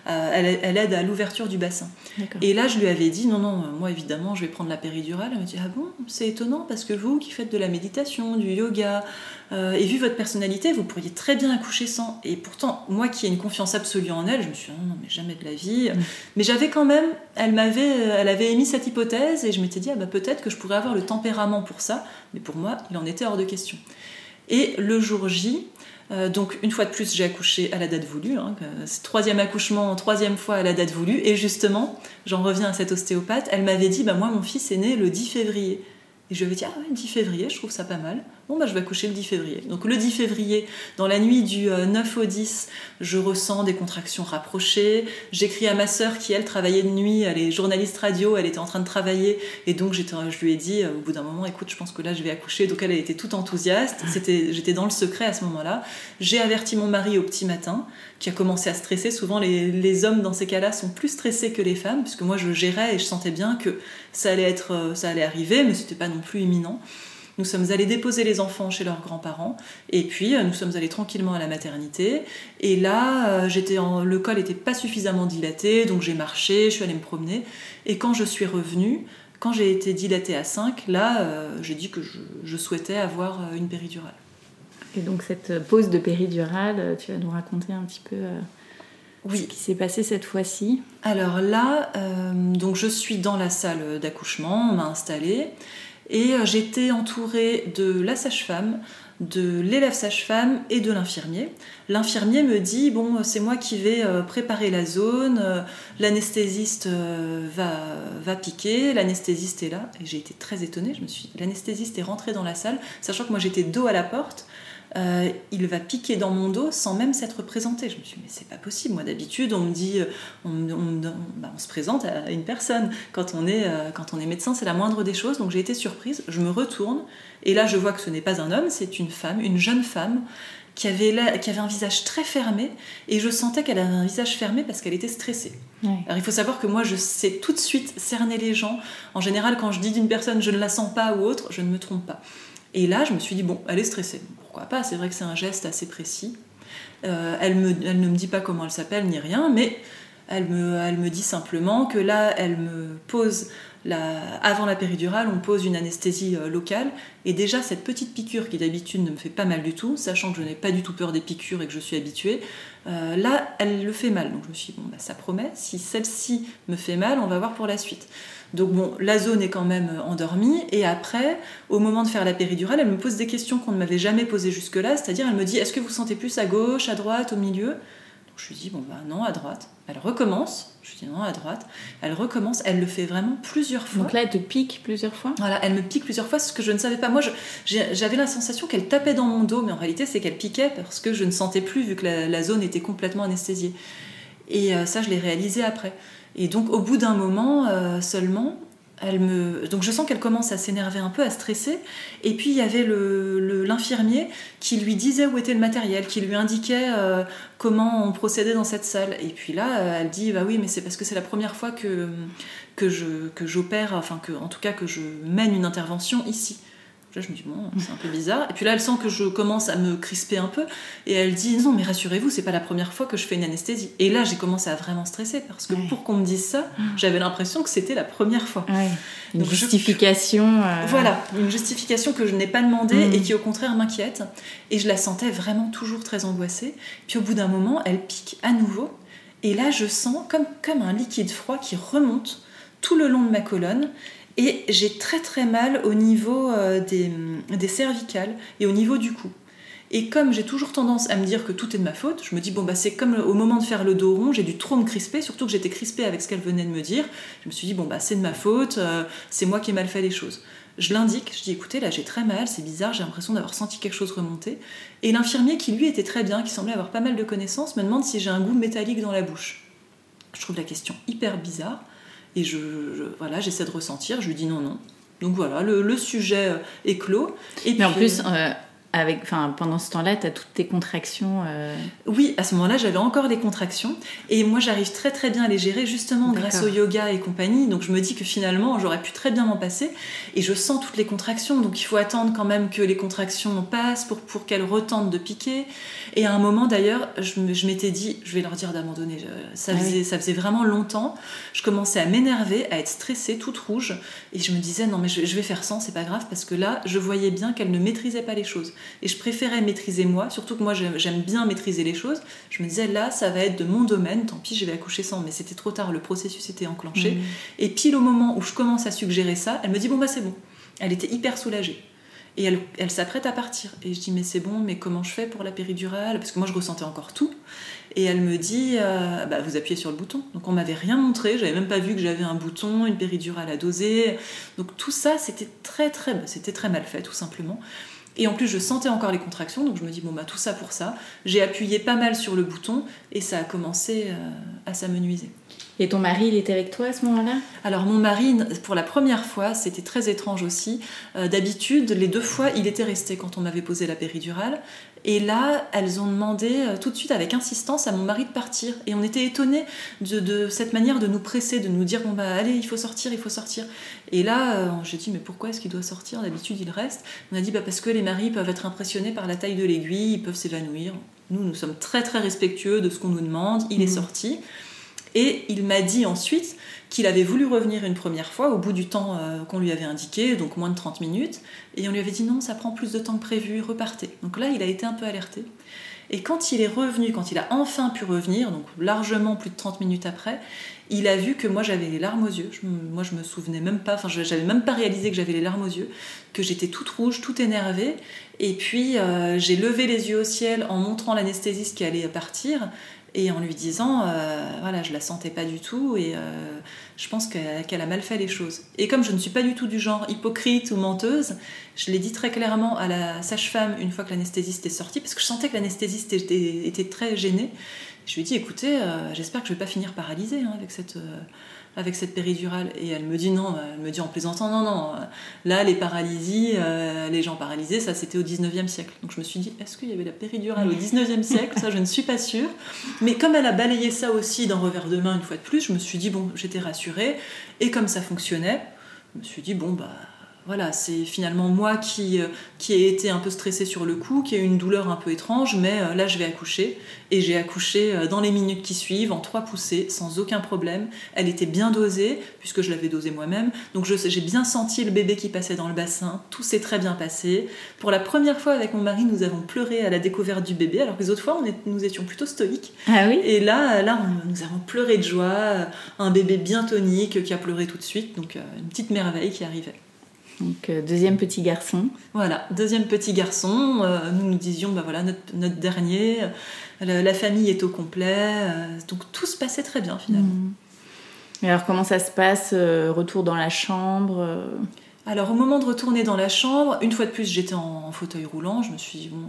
aide à l'ouverture du bassin. D'accord. Et là, je lui avais dit, non, moi évidemment, je vais prendre la péridurale. Elle m'a dit, ah bon, c'est étonnant parce que vous qui faites de la méditation, du yoga, et vu votre personnalité, vous pourriez très bien accoucher sans. Et pourtant, moi qui ai une confiance absolue en elle, je me suis dit, non, mais jamais de la vie. Mais j'avais quand même, elle avait émis cette hypothèse et je m'étais dit, peut-être que je pourrais avoir le tempérament pour ça, mais pour moi, il en était hors de question. Et le jour J, donc une fois de plus, j'ai accouché à la date voulue, c'est 3e accouchement, 3e fois à la date voulue, et justement, j'en reviens à cette ostéopathe, elle m'avait dit, moi mon fils est né le 10 février. Et je lui avais dit, 10 février, je trouve ça pas mal. Bon, je vais accoucher le 10 février. Donc le 10 février, dans la nuit du 9 au 10, je ressens des contractions rapprochées. J'écris à ma sœur qui, elle, travaillait de nuit. Elle est journaliste radio, elle était en train de travailler. Et donc je lui ai dit, au bout d'un moment, écoute, je pense que là, je vais accoucher. Donc elle était toute enthousiaste. J'étais dans le secret à ce moment-là. J'ai averti mon mari au petit matin, qui a commencé à stresser. Souvent, les hommes, dans ces cas-là, sont plus stressés que les femmes, puisque moi, je gérais et je sentais bien que ça allait arriver, mais c'était pas non plus imminent. Nous sommes allés déposer les enfants chez leurs grands-parents et puis nous sommes allés tranquillement à la maternité. Et là, le col n'était pas suffisamment dilaté, donc j'ai marché, je suis allée me promener. Et quand je suis revenue, quand j'ai été dilatée à 5, là, j'ai dit que je souhaitais avoir une péridurale. Et donc cette pause de péridurale, tu vas nous raconter un petit peu ce qui s'est passé cette fois-ci. Alors là, donc je suis dans la salle d'accouchement, on m'a installée. Et j'étais entourée de la sage-femme, de l'élève sage-femme et de l'infirmier. L'infirmier me dit, c'est moi qui vais préparer la zone, l'anesthésiste va piquer, l'anesthésiste est là. Et j'ai été très étonnée, l'anesthésiste est rentré dans la salle, sachant que moi j'étais dos à la porte. Il va piquer dans mon dos sans même s'être présenté. Je me suis dit, mais c'est pas possible. Moi, d'habitude, on me dit, on se présente à une personne. Quand on est médecin, c'est la moindre des choses. Donc j'ai été surprise. Je me retourne et là, je vois que ce n'est pas un homme, c'est une femme, une jeune femme qui avait un visage très fermé et je sentais qu'elle avait un visage fermé parce qu'elle était stressée. Ouais. Alors il faut savoir que moi, je sais tout de suite cerner les gens. En général, quand je dis d'une personne, je ne la sens pas ou autre, je ne me trompe pas. Et là, je me suis dit, elle est stressée. Pourquoi pas ? C'est vrai que c'est un geste assez précis. Elle ne me dit pas comment elle s'appelle ni rien, mais elle me dit simplement que là, elle me pose, avant la péridurale, on pose une anesthésie locale. Et déjà, cette petite piqûre qui d'habitude ne me fait pas mal du tout, sachant que je n'ai pas du tout peur des piqûres et que je suis habituée, là, elle le fait mal. Donc je me suis dit, ça promet. Si celle-ci me fait mal, on va voir pour la suite. Donc la zone est quand même endormie et après, au moment de faire la péridurale, elle me pose des questions qu'on ne m'avait jamais posées jusque-là, c'est-à-dire elle me dit, est-ce que vous sentez plus à gauche, à droite, au milieu ? Donc je lui dis, non, à droite. Elle recommence, je lui dis non, à droite. Elle recommence, elle le fait vraiment plusieurs fois. Donc là, elle te pique plusieurs fois ? Voilà, elle me pique plusieurs fois, ce que je ne savais pas. Moi, j'avais la sensation qu'elle tapait dans mon dos, mais en réalité, c'est qu'elle piquait parce que je ne sentais plus, vu que la zone était complètement anesthésiée. Et ça, je l'ai réalisé après. Et donc, au bout d'un moment seulement, donc je sens qu'elle commence à s'énerver un peu, à stresser. Et puis, il y avait l'infirmier qui lui disait où était le matériel, qui lui indiquait comment on procédait dans cette salle. Et puis là, elle dit, oui, mais c'est parce que c'est la première fois que j'opère, enfin, en tout cas, que je mène une intervention ici. Là, je me dis, c'est un peu bizarre. Et puis là, elle sent que je commence à me crisper un peu. Et elle dit, non, mais rassurez-vous, c'est pas la première fois que je fais une anesthésie. Et là, j'ai commencé à vraiment stresser. Parce que pour qu'on me dise ça, j'avais l'impression que c'était la première fois. Ouais. Une justification. Voilà, une justification que je n'ai pas demandée et qui, au contraire, m'inquiète. Et je la sentais vraiment toujours très angoissée. Puis au bout d'un moment, elle pique à nouveau. Et là, je sens comme un liquide froid qui remonte tout le long de ma colonne. Et j'ai très très mal au niveau des cervicales et au niveau du cou. Et comme j'ai toujours tendance à me dire que tout est de ma faute, je me dis, c'est comme au moment de faire le dos rond, j'ai dû trop me crisper, surtout que j'étais crispée avec ce qu'elle venait de me dire. Je me suis dit, c'est de ma faute, c'est moi qui ai mal fait les choses. Je l'indique, je dis, écoutez, là j'ai très mal, c'est bizarre, j'ai l'impression d'avoir senti quelque chose remonter. Et l'infirmier, qui lui était très bien, qui semblait avoir pas mal de connaissances, me demande si j'ai un goût métallique dans la bouche. Je trouve la question hyper bizarre. Et j'essaie de ressentir, je lui dis non. Donc voilà, le sujet est clos. Mais en plus, à pendant ce temps-là, tu as toutes tes contractions Oui, à ce moment-là, j'avais encore les contractions. Et moi, j'arrive très très bien à les gérer, justement grâce au yoga et compagnie. Donc je me dis que finalement, j'aurais pu très bien m'en passer. Et je sens toutes les contractions. Donc il faut attendre quand même que les contractions passent pour qu'elles retentent de piquer. Et à un moment, d'ailleurs, je m'étais dit, je vais leur dire d'abandonner. Ça faisait vraiment longtemps. Je commençais à m'énerver, à être stressée, toute rouge. Et je me disais, non mais je vais faire sans, c'est pas grave. Parce que là, je voyais bien qu'elle ne maîtrisait pas les choses. Et je préférais maîtriser moi, surtout que moi j'aime bien maîtriser les choses. Je me disais là ça va être de mon domaine, tant pis je vais accoucher sans, mais c'était trop tard, le processus était enclenché. Et pile au moment où je commence à suggérer ça, elle me dit bon bah c'est bon. Elle était hyper soulagée. Et elle s'apprête à partir. Et je dis mais c'est bon, mais comment je fais pour la péridurale ? Parce que moi je ressentais encore tout. Et elle me dit vous appuyez sur le bouton. Donc on m'avait rien montré, j'avais même pas vu que j'avais un bouton, une péridurale à doser. Donc tout ça c'était c'était très mal fait tout simplement. Et en plus, je sentais encore les contractions, donc je me dis, tout ça pour ça. J'ai appuyé pas mal sur le bouton et ça a commencé à s'amenuiser. Et ton mari, il était avec toi à ce moment-là ? Alors mon mari, pour la première fois, c'était très étrange aussi. D'habitude, les 2 fois, il était resté quand on m'avait posé la péridurale. Et là, elles ont demandé tout de suite avec insistance à mon mari de partir. Et on était étonnés de cette manière de nous presser, de nous dire allez, il faut sortir. Et là, j'ai dit mais pourquoi est-ce qu'il doit sortir ? D'habitude, il reste. On a dit parce que les maris peuvent être impressionnés par la taille de l'aiguille, ils peuvent s'évanouir. Nous sommes très très respectueux de ce qu'on nous demande. Il est sorti. Et il m'a dit ensuite qu'il avait voulu revenir une première fois au bout du temps qu'on lui avait indiqué, donc moins de 30 minutes. Et on lui avait dit non, ça prend plus de temps que prévu, repartez. Donc là, il a été un peu alerté. Et quand il est revenu, quand il a enfin pu revenir, donc largement plus de 30 minutes après, il a vu que moi j'avais les larmes aux yeux. Moi je me souvenais même pas, j'avais même pas réalisé que j'avais les larmes aux yeux, que j'étais toute rouge, toute énervée. Et puis j'ai levé les yeux au ciel en montrant l'anesthésiste qui allait partir. Et en lui disant, je la sentais pas du tout et je pense qu'elle a mal fait les choses. Et comme je ne suis pas du tout du genre hypocrite ou menteuse, je l'ai dit très clairement à la sage-femme une fois que l'anesthésiste est sortie, parce que je sentais que l'anesthésiste était très gênée. Je lui ai dit, écoutez, j'espère que je vais pas finir paralysée avec cette péridurale. Et elle me dit non, elle me dit en plaisantant, non, là les paralysies, les gens paralysés, ça c'était au 19e siècle. Donc je me suis dit, est-ce qu'il y avait la péridurale au 19e siècle ? Ça je ne suis pas sûre. Mais comme elle a balayé ça aussi d'un revers de main une fois de plus, je me suis dit, j'étais rassurée. Et comme ça fonctionnait, je me suis dit, voilà, c'est finalement moi qui ai été un peu stressée sur le coup, qui a eu une douleur un peu étrange, mais là je vais accoucher. Et j'ai accouché dans les minutes qui suivent, en 3 poussées, sans aucun problème. Elle était bien dosée, puisque je l'avais dosée moi-même. Donc j'ai bien senti le bébé qui passait dans le bassin. Tout s'est très bien passé. Pour la première fois avec mon mari, nous avons pleuré à la découverte du bébé, alors que les autres fois, nous étions plutôt stoïques. Ah oui ? Et là, nous avons pleuré de joie. Un bébé bien tonique qui a pleuré tout de suite. Donc une petite merveille qui arrivait. Donc, deuxième petit garçon. Voilà, deuxième petit garçon. Nous disions, notre dernier. La famille est au complet. Donc, tout se passait très bien, finalement. Et alors, comment ça se passe ? Retour dans la chambre Alors, au moment de retourner dans la chambre, une fois de plus, j'étais en fauteuil roulant. Je me suis dit,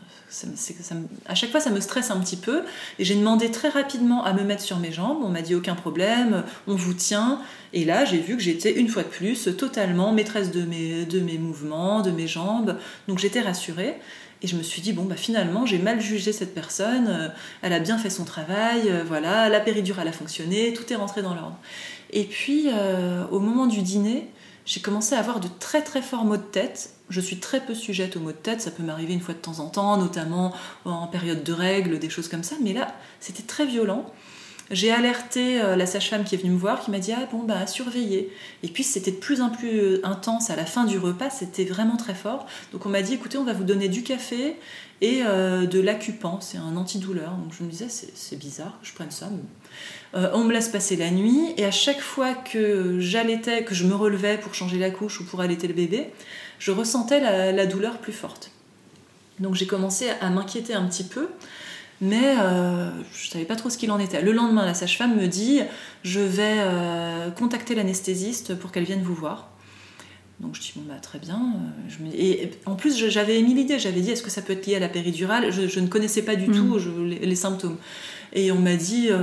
à chaque fois ça me stresse un petit peu et j'ai demandé très rapidement à me mettre sur mes jambes. On m'a dit aucun problème, on vous tient. Et là j'ai vu que j'étais une fois de plus totalement maîtresse de mes mouvements, de mes jambes, donc j'étais rassurée. Et je me suis dit, finalement, j'ai mal jugé cette personne, elle a bien fait son travail, voilà, la péridurale a fonctionné, tout est rentré dans l'ordre. Et puis au moment du dîner, j'ai commencé à avoir de très très forts maux de tête. Je suis très peu sujette aux maux de tête, ça peut m'arriver une fois de temps en temps, notamment en période de règles, des choses comme ça, mais là, c'était très violent. J'ai alerté la sage-femme qui est venue me voir, qui m'a dit à surveiller. Et puis c'était de plus en plus intense à la fin du repas, c'était vraiment très fort. Donc on m'a dit, écoutez, on va vous donner du café et de l'Acupan, c'est un antidouleur. Donc je me disais, c'est bizarre que je prenne ça. On me laisse passer la nuit et à chaque fois que j'allaitais, que je me relevais pour changer la couche ou pour allaiter le bébé, je ressentais la douleur plus forte. Donc j'ai commencé à m'inquiéter un petit peu, mais je ne savais pas trop ce qu'il en était. Le lendemain, la sage-femme me dit « Je vais contacter l'anesthésiste pour qu'elle vienne vous voir ». Donc je dis très bien. Et en plus j'avais émis l'idée, j'avais dit est-ce que ça peut être lié à la péridurale ? Je ne connaissais pas du tout les symptômes. Et on m'a dit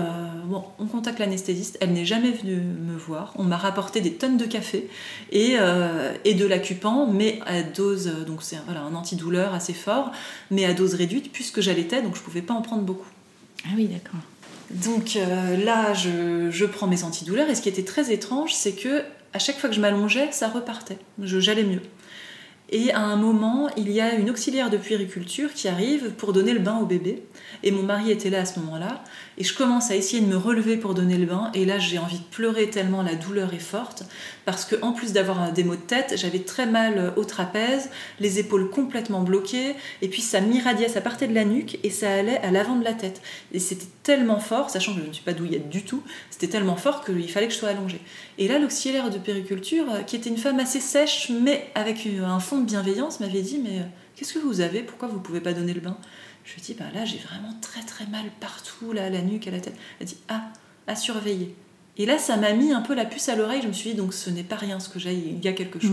on contacte l'anesthésiste. Elle n'est jamais venue me voir. On m'a rapporté des tonnes de café et de l'Acupan, mais à dose, donc c'est un antidouleur assez fort, mais à dose réduite puisque j'allaitais, donc je ne pouvais pas en prendre beaucoup. Ah oui, d'accord. Donc là, je prends mes antidouleurs, et ce qui était très étrange, c'est que à chaque fois que je m'allongeais, ça repartait. J'allais mieux. Et à un moment, il y a une auxiliaire de puériculture qui arrive pour donner le bain au bébé. Et mon mari était là à ce moment-là. Et je commence à essayer de me relever pour donner le bain. Et là, j'ai envie de pleurer tellement la douleur est forte. Parce qu'en plus d'avoir des maux de tête, j'avais très mal au trapèze, les épaules complètement bloquées. Et puis ça m'irradiait, ça partait de la nuque et ça allait à l'avant de la tête. Et c'était tellement fort, sachant que je ne suis pas douillette du tout, c'était tellement fort qu'il fallait que je sois allongée. Et là, l'auxiliaire de puériculture, qui était une femme assez sèche, mais avec un fond de bienveillance, m'avait dit « Mais qu'est-ce que vous avez ? Pourquoi vous ne pouvez pas donner le bain ?» Je lui ai dit « Là, j'ai vraiment très très mal partout, là, à la nuque, à la tête. » Elle dit « Ah, à surveiller. » Et là, ça m'a mis un peu la puce à l'oreille. Je me suis dit « Donc, ce n'est pas rien ce que j'ai, il y a quelque chose. »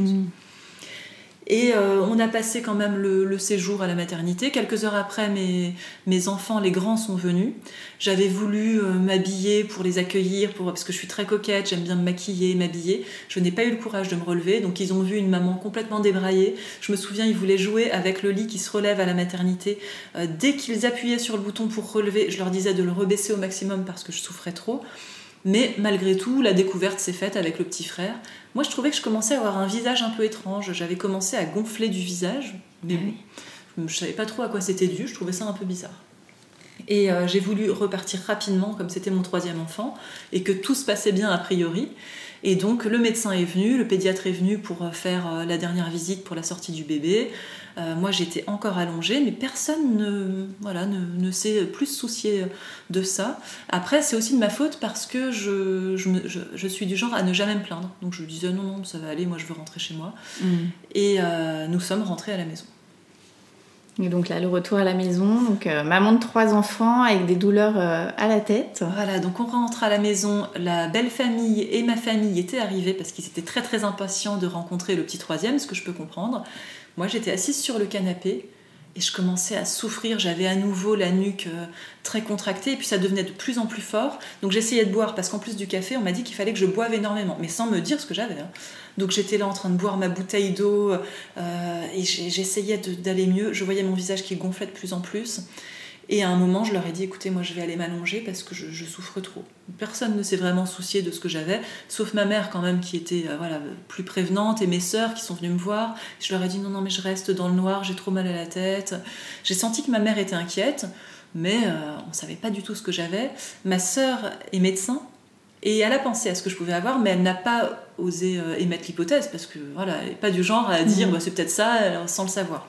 Et on a passé quand même le séjour à la maternité. Quelques heures après, mes enfants, les grands, sont venus. J'avais voulu m'habiller pour les accueillir, parce que je suis très coquette, j'aime bien me maquiller, m'habiller. Je n'ai pas eu le courage de me relever, donc ils ont vu une maman complètement débraillée. Je me souviens, ils voulaient jouer avec le lit qui se relève à la maternité. Dès qu'ils appuyaient sur le bouton pour relever, je leur disais de le rebaisser au maximum parce que je souffrais trop. Mais malgré tout, la découverte s'est faite avec le petit frère. Moi, je trouvais que je commençais à avoir un visage un peu étrange. J'avais commencé à gonfler du visage, mais je ne savais pas trop à quoi c'était dû. Je trouvais ça un peu bizarre. Et j'ai voulu repartir rapidement, comme c'était mon 3e enfant, et que tout se passait bien a priori. Et donc, le médecin est venu, le pédiatre est venu pour faire la dernière visite pour la sortie du bébé. Moi, j'étais encore allongée, mais personne ne s'est plus soucié de ça. Après, c'est aussi de ma faute parce que je suis du genre à ne jamais me plaindre. Donc, je disais non, ça va aller, moi, je veux rentrer chez moi. Et nous sommes rentrés à la maison. Et donc là, le retour à la maison, donc maman de 3 enfants avec des douleurs à la tête. Voilà, donc on rentre à la maison, la belle famille et ma famille étaient arrivés parce qu'ils étaient très très impatients de rencontrer le petit 3e, ce que je peux comprendre. Moi, j'étais assise sur le canapé et je commençais à souffrir. J'avais à nouveau la nuque très contractée et puis ça devenait de plus en plus fort. Donc j'essayais de boire parce qu'en plus du café, on m'a dit qu'il fallait que je boive énormément, mais sans me dire ce que j'avais. Donc j'étais là en train de boire ma bouteille d'eau et j'essayais d'aller mieux. Je voyais mon visage qui gonflait de plus en plus. Et à un moment, je leur ai dit, écoutez, moi je vais aller m'allonger parce que je souffre trop. Personne ne s'est vraiment soucié de ce que j'avais, sauf ma mère quand même qui était plus prévenante et mes sœurs qui sont venues me voir. Je leur ai dit, non, mais je reste dans le noir, j'ai trop mal à la tête. J'ai senti que ma mère était inquiète, mais on ne savait pas du tout ce que j'avais. Ma sœur est médecin et elle a pensé à ce que je pouvais avoir, mais elle n'a pas osé émettre l'hypothèse parce que elle n'est pas du genre à dire c'est peut-être ça sans le savoir.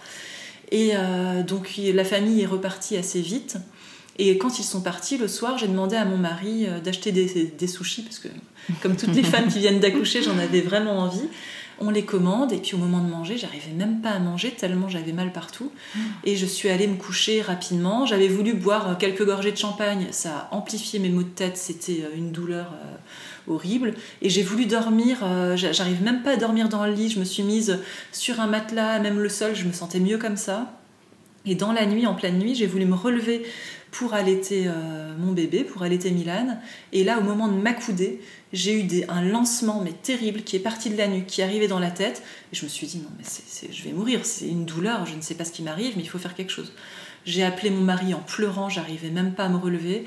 Et donc la famille est repartie assez vite. Et quand ils sont partis, le soir, j'ai demandé à mon mari d'acheter des sushis, parce que comme toutes les femmes qui viennent d'accoucher, j'en avais vraiment envie. On les commande, et puis au moment de manger, j'arrivais même pas à manger, tellement j'avais mal partout. Et je suis allée me coucher rapidement. J'avais voulu boire quelques gorgées de champagne, ça a amplifié mes maux de tête, c'était une douleur horrible. Et j'ai voulu dormir, j'arrive même pas à dormir dans le lit, je me suis mise sur un matelas, même le sol, je me sentais mieux comme ça. Et dans la nuit, en pleine nuit, j'ai voulu me relever pour allaiter mon bébé, pour allaiter Milan. Et là, au moment de m'accouder, j'ai eu un lancement mais terrible qui est parti de la nuque, qui est arrivé dans la tête. Et je me suis dit, non, mais je vais mourir, c'est une douleur, je ne sais pas ce qui m'arrive, mais il faut faire quelque chose. J'ai appelé mon mari en pleurant, j'arrivais même pas à me relever.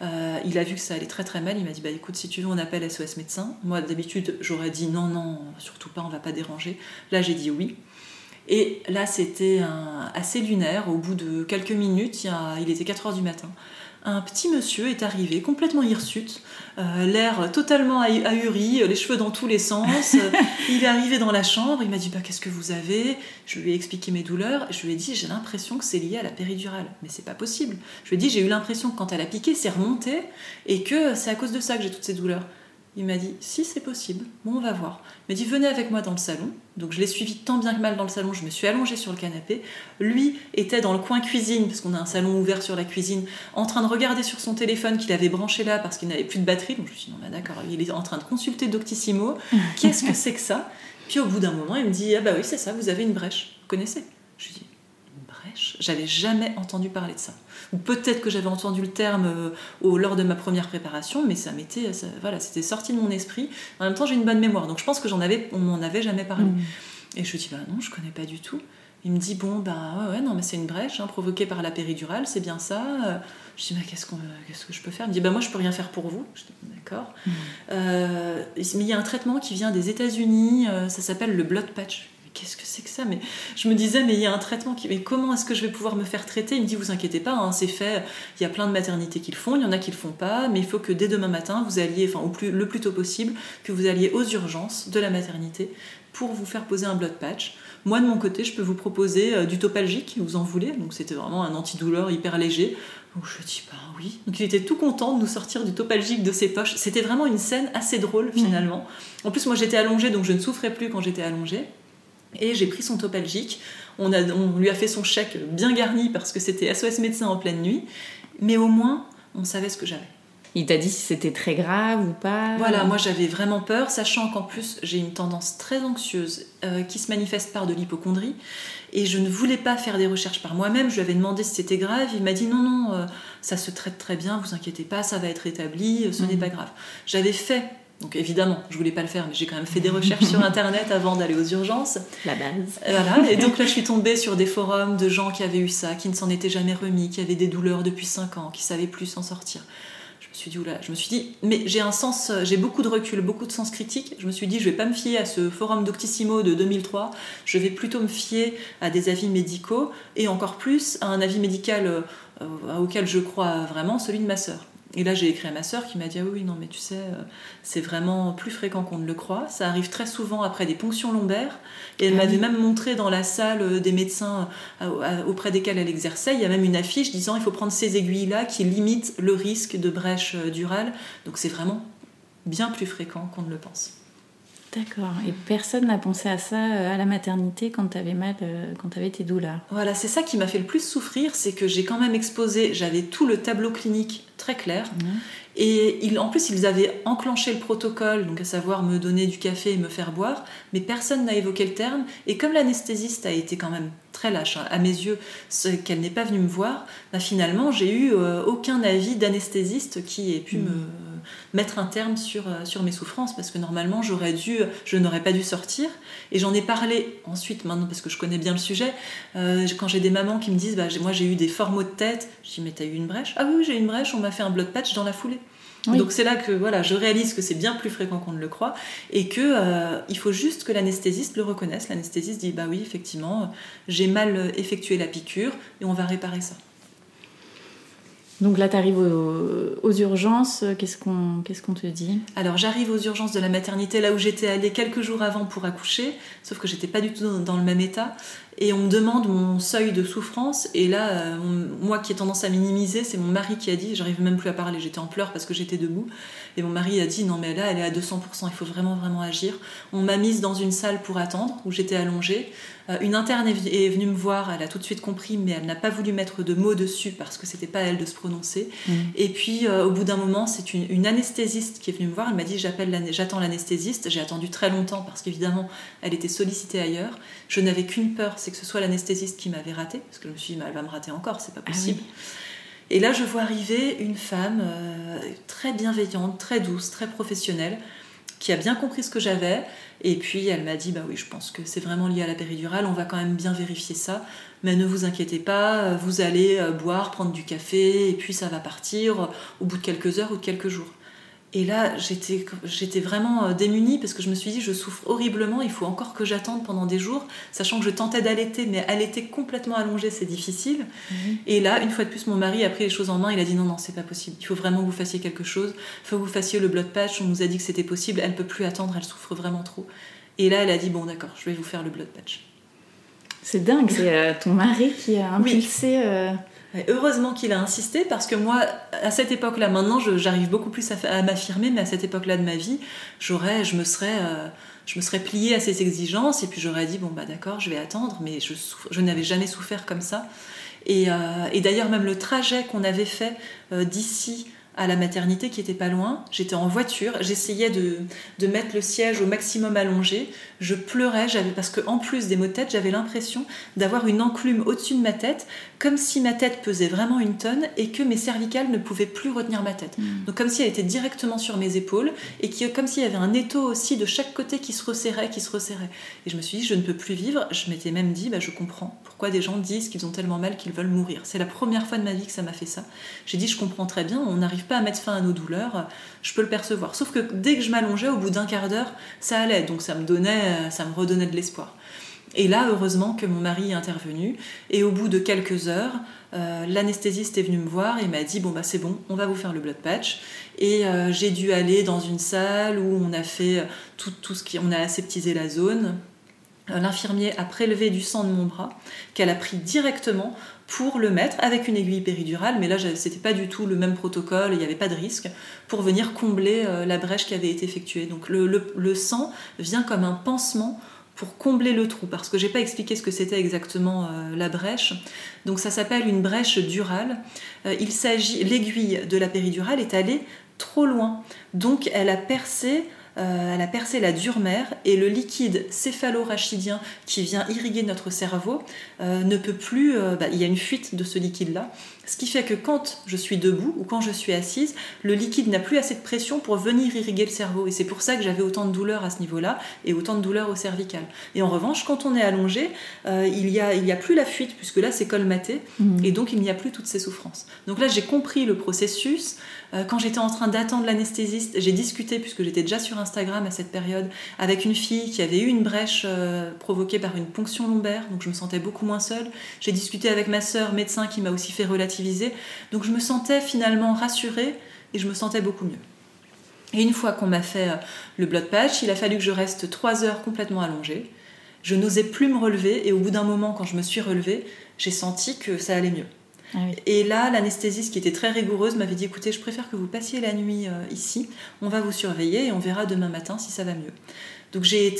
Il a vu que ça allait très très mal, il m'a dit, écoute, si tu veux, on appelle SOS médecin. Moi, d'habitude, j'aurais dit non, surtout pas, on va pas déranger. Là, j'ai dit oui. Et là, c'était assez lunaire. Au bout de quelques minutes, il était 4h du matin. Un petit monsieur est arrivé, complètement hirsute, l'air totalement ahuri, les cheveux dans tous les sens. Il est arrivé dans la chambre, il m'a dit qu'est-ce que vous avez ? Je lui ai expliqué mes douleurs. Je lui ai dit j'ai l'impression que c'est lié à la péridurale. Mais c'est pas possible. Je lui ai dit j'ai eu l'impression que quand elle a piqué, c'est remonté et que c'est à cause de ça que j'ai toutes ces douleurs. Il m'a dit, si c'est possible, bon on va voir. Il m'a dit, venez avec moi dans le salon. Donc je l'ai suivi tant bien que mal dans le salon, je me suis allongée sur le canapé. Lui était dans le coin cuisine, parce qu'on a un salon ouvert sur la cuisine, en train de regarder sur son téléphone qu'il avait branché là parce qu'il n'avait plus de batterie. Donc je me suis dit, non d'accord, il est en train de consulter Doctissimo. Qu'est-ce que c'est que ça ? Puis au bout d'un moment, il me dit, oui c'est ça, vous avez une brèche. Vous connaissez ? Je lui dis, une brèche ? brèche. J'avais jamais entendu parler de ça. Ou peut-être que j'avais entendu le terme lors de ma première préparation, mais c'était sorti de mon esprit. En même temps, j'ai une bonne mémoire, donc je pense qu'on m'en avait jamais parlé. Et je lui dis, non, je connais pas du tout. Il me dit, non, mais c'est une brèche provoquée par la péridurale, c'est bien ça. Je dis, mais qu'est-ce que je peux faire ? Il me dit, moi, je peux rien faire pour vous. Je dis, d'accord. Mais il y a un traitement qui vient des États-Unis, ça s'appelle le blood patch. Mais qu'est-ce que c'est que ça ? Mais je me disais, mais il y a un traitement mais comment est-ce que je vais pouvoir me faire traiter ? Il me dit, vous inquiétez pas, c'est fait. Il y a plein de maternités qui le font, il y en a qui le font pas, mais il faut que dès demain matin, vous alliez, le plus tôt possible, que vous alliez aux urgences de la maternité pour vous faire poser un blood patch. Moi, de mon côté, je peux vous proposer du Topalgic, vous en voulez. Donc, c'était vraiment un antidouleur hyper léger. Donc, je dis, oui. Donc, il était tout content de nous sortir du Topalgic de ses poches. C'était vraiment une scène assez drôle, finalement. En plus, moi, j'étais allongée, donc je ne souffrais plus quand j'étais allongée. Et j'ai pris son Topalgic. On lui a fait son chèque bien garni parce que c'était SOS médecin en pleine nuit. Mais au moins, on savait ce que j'avais. Il t'a dit si c'était très grave ou pas ? Voilà, moi j'avais vraiment peur, sachant qu'en plus j'ai une tendance très anxieuse qui se manifeste par de l'hypocondrie, et je ne voulais pas faire des recherches par moi-même. Je lui avais demandé si c'était grave, il m'a dit non, ça se traite très bien, vous inquiétez pas, ça va être établi, ce n'est pas grave. J'avais fait, donc évidemment je voulais pas le faire, mais j'ai quand même fait des recherches sur internet avant d'aller aux urgences. La base. Voilà, et donc là je suis tombée sur des forums de gens qui avaient eu ça, qui ne s'en étaient jamais remis, qui avaient des douleurs depuis 5 ans, qui savaient plus s'en sortir. Je me suis dit, mais j'ai beaucoup de recul, beaucoup de sens critique. Je me suis dit, je vais pas me fier à ce forum Doctissimo de 2003. Je vais plutôt me fier à des avis médicaux, et encore plus à un avis médical auquel je crois vraiment, celui de ma sœur. Et là, j'ai écrit à ma sœur qui m'a dit, oui, non, mais tu sais, c'est vraiment plus fréquent qu'on ne le croit. Ça arrive très souvent après des ponctions lombaires. Et elle m'avait même montré dans la salle des médecins auprès desquels elle exerçait, il y a même une affiche disant, il faut prendre ces aiguilles-là qui limitent le risque de brèche durale. Donc c'est vraiment bien plus fréquent qu'on ne le pense. D'accord. Et personne n'a pensé à ça à la maternité quand t'avais mal, quand t'avais tes douleurs. Voilà, c'est ça qui m'a fait le plus souffrir, c'est que j'ai quand même exposé, j'avais tout le tableau clinique très clair. Et en plus, ils avaient enclenché le protocole, donc à savoir me donner du café et me faire boire, mais personne n'a évoqué le terme. Et comme l'anesthésiste a été quand même très lâche, à mes yeux, qu'elle n'est pas venue me voir, finalement, j'ai eu aucun avis d'anesthésiste qui ait pu me mettre un terme sur mes souffrances, parce que normalement, je n'aurais pas dû sortir. Et j'en ai parlé ensuite, maintenant, parce que je connais bien le sujet, quand j'ai des mamans qui me disent, moi j'ai eu des forts maux de tête, je dis, mais t'as eu une brèche ? Ah oui, j'ai eu une brèche, on m'a fait un blood patch dans la foulée. Oui. Donc c'est là que je réalise que c'est bien plus fréquent qu'on ne le croit, et que il faut juste que l'anesthésiste le reconnaisse. L'anesthésiste dit, oui, effectivement, j'ai mal effectué la piqûre, et on va réparer ça. Donc là, tu arrives aux urgences, qu'est-ce qu'on te dit ? Alors j'arrive aux urgences de la maternité, là où j'étais allée quelques jours avant pour accoucher, sauf que j'étais pas du tout dans le même état, et on me demande mon seuil de souffrance, et là, moi qui ai tendance à minimiser, c'est mon mari qui a dit, j'arrive même plus à parler, j'étais en pleurs parce que j'étais debout, et mon mari a dit, non mais là elle est à 200%, il faut vraiment vraiment agir. On m'a mise dans une salle pour attendre, où j'étais allongée. Une interne est venue me voir, elle a tout de suite compris, mais elle n'a pas voulu mettre de mots dessus parce que c'était pas à elle de se prononcer. Et puis au bout d'un moment, c'est une anesthésiste qui est venue me voir, elle m'a dit, j'attends l'anesthésiste. J'ai attendu très longtemps parce qu'évidemment elle était sollicitée ailleurs. Je n'avais qu'une peur, c'est que ce soit l'anesthésiste qui m'avait raté, parce que je me suis dit, elle va me rater encore, c'est pas possible. Ah oui. Et là je vois arriver une femme très bienveillante, très douce, très professionnelle, qui a bien compris ce que j'avais, et puis elle m'a dit, oui, je pense que c'est vraiment lié à la péridurale, on va quand même bien vérifier ça, mais ne vous inquiétez pas, vous allez boire, prendre du café, et puis ça va partir au bout de quelques heures ou de quelques jours. Et là, j'étais vraiment démunie, parce que je me suis dit, je souffre horriblement, il faut encore que j'attende pendant des jours, sachant que je tentais d'allaiter, mais allaiter complètement allongée, c'est difficile. Et là, une fois de plus, mon mari a pris les choses en main, il a dit, non, c'est pas possible, il faut vraiment que vous fassiez quelque chose, il faut que vous fassiez le blood patch, on nous a dit que c'était possible, elle peut plus attendre, elle souffre vraiment trop. Et là, elle a dit, bon d'accord, je vais vous faire le blood patch. C'est dingue, c'est ton mari qui a impulsé... Oui. Heureusement qu'il a insisté, parce que moi, à cette époque-là, maintenant, j'arrive beaucoup plus à m'affirmer, mais à cette époque-là de ma vie, je me serais pliée à ses exigences, et puis j'aurais dit, d'accord, je vais attendre, mais je n'avais jamais souffert comme ça. Et d'ailleurs, même le trajet qu'on avait fait d'ici à la maternité qui était pas loin. J'étais en voiture, j'essayais de mettre le siège au maximum allongé. Je pleurais, parce qu'en plus des maux de tête, j'avais l'impression d'avoir une enclume au-dessus de ma tête, comme si ma tête pesait vraiment 1 tonne et que mes cervicales ne pouvaient plus retenir ma tête. Donc comme si elle était directement sur mes épaules et comme s'il y avait un étau aussi de chaque côté qui se resserrait. Et je me suis dit, je ne peux plus vivre. Je m'étais même dit, je comprends pourquoi des gens disent qu'ils ont tellement mal qu'ils veulent mourir. C'est la première fois de ma vie que ça m'a fait ça. J'ai dit, je comprends très bien, on n'arrive pas à mettre fin à nos douleurs, je peux le percevoir. Sauf que dès que je m'allongeais, au bout d'1 quart d'heure, ça allait. Donc ça me redonnait de l'espoir. Et là, heureusement que mon mari est intervenu. Et au bout de quelques heures, l'anesthésiste est venu me voir et m'a dit, c'est bon, on va vous faire le blood patch. Et j'ai dû aller dans une salle où on a fait on a aseptisé la zone. L'infirmier a prélevé du sang de mon bras qu'elle a pris directement pour le mettre avec une aiguille péridurale, mais là c'était pas du tout le même protocole, il n'y avait pas de risque, pour venir combler la brèche qui avait été effectuée. Donc le sang vient comme un pansement pour combler le trou, parce que j'ai pas expliqué ce que c'était exactement la brèche. Donc ça s'appelle une brèche durale. L'aiguille de la péridurale est allée trop loin, donc elle a percé la dure mère, et le liquide céphalo-rachidien qui vient irriguer notre cerveau ne peut plus... il y a une fuite de ce liquide-là, ce qui fait que quand je suis debout ou quand je suis assise, le liquide n'a plus assez de pression pour venir irriguer le cerveau, et c'est pour ça que j'avais autant de douleurs à ce niveau-là et autant de douleurs au cervical. Et en revanche, quand on est allongé, il y a plus la fuite, puisque là c'est colmaté, et donc il n'y a plus toutes ces souffrances. Donc là j'ai compris le processus. Quand j'étais en train d'attendre l'anesthésiste, j'ai discuté, puisque j'étais déjà sur Instagram à cette période, avec une fille qui avait eu une brèche provoquée par une ponction lombaire, donc je me sentais beaucoup moins seule. J'ai discuté avec ma sœur médecin qui m'a aussi fait relativiser, donc je me sentais finalement rassurée et je me sentais beaucoup mieux. Et une fois qu'on m'a fait le blood patch, il a fallu que je reste 3 heures complètement allongée. Je n'osais plus me relever, et au bout d'un moment, quand je me suis relevée, j'ai senti que ça allait mieux. Ah oui. Et là, l'anesthésiste, qui était très rigoureuse, m'avait dit, écoutez, je préfère que vous passiez la nuit ici, on va vous surveiller et on verra demain matin si ça va mieux. Donc j'ai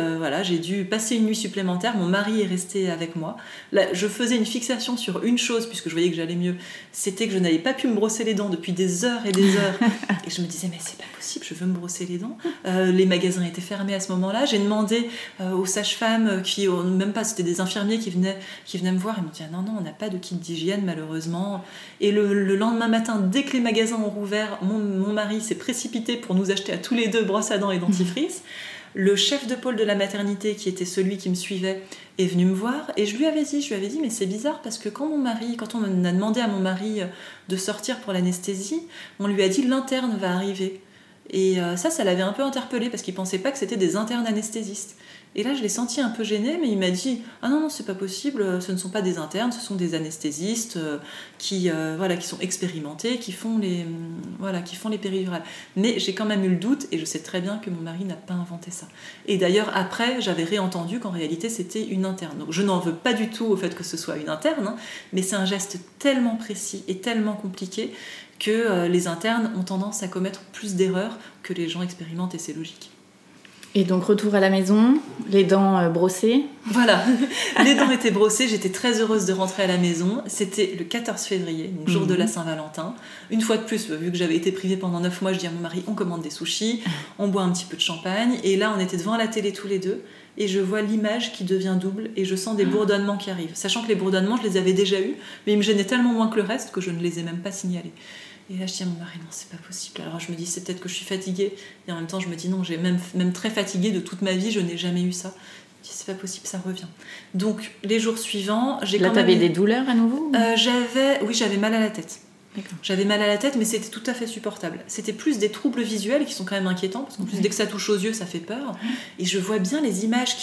dû passer une nuit supplémentaire. Mon mari est resté avec moi. Là, je faisais une fixation sur une chose, puisque je voyais que j'allais mieux. C'était que je n'avais pas pu me brosser les dents depuis des heures et des heures. Et je me disais, mais c'est pas possible, je veux me brosser les dents. Les magasins étaient fermés à ce moment-là. J'ai demandé aux sages-femmes, même pas, c'était des infirmiers qui venaient me voir. Ils m'ont dit, ah, non, on n'a pas de kit d'hygiène malheureusement. Et le lendemain matin, dès que les magasins ont rouvert, mon mari s'est précipité pour nous acheter à tous les deux brosses à dents et dentifrice. Le chef de pôle de la maternité, qui était celui qui me suivait, est venu me voir, et je lui avais dit, mais c'est bizarre, parce que quand on a demandé à mon mari de sortir pour l'anesthésie, on lui a dit, l'interne va arriver. Et ça l'avait un peu interpellé, parce qu'il pensait pas que c'était des internes anesthésistes. Et là, je l'ai senti un peu gêné, mais il m'a dit, ah non, c'est pas possible, ce ne sont pas des internes, ce sont des anesthésistes qui sont expérimentés, qui font les péridurales. Mais j'ai quand même eu le doute, et je sais très bien que mon mari n'a pas inventé ça. Et d'ailleurs, après, j'avais réentendu qu'en réalité, c'était une interne. Donc je n'en veux pas du tout au fait que ce soit une interne, mais c'est un geste tellement précis et tellement compliqué que les internes ont tendance à commettre plus d'erreurs que les gens expérimentés, c'est logique. Et donc retour à la maison, les dents brossées. Voilà, les dents étaient brossées, j'étais très heureuse de rentrer à la maison. C'était le 14 février, donc jour de la Saint-Valentin. Une fois de plus, vu que j'avais été privée pendant 9 mois, je dis à mon mari, on commande des sushis, on boit un petit peu de champagne. Et là, on était devant la télé tous les deux, et je vois l'image qui devient double, et je sens des bourdonnements qui arrivent. Sachant que les bourdonnements, je les avais déjà eus, mais ils me gênaient tellement moins que le reste que je ne les ai même pas signalés. Et là, je dis à mon mari, non, c'est pas possible. Alors je me dis, c'est peut-être que je suis fatiguée. Et en même temps, je me dis, non, j'ai même très fatiguée de toute ma vie, je n'ai jamais eu ça. Je dis, c'est pas possible, ça revient. Donc, les jours suivants, j'ai là, t'avais des douleurs à nouveau j'avais mal à la tête. D'accord. J'avais mal à la tête, mais c'était tout à fait supportable. C'était plus des troubles visuels qui sont quand même inquiétants, parce qu'en plus, dès que ça touche aux yeux, ça fait peur. Et je vois bien les images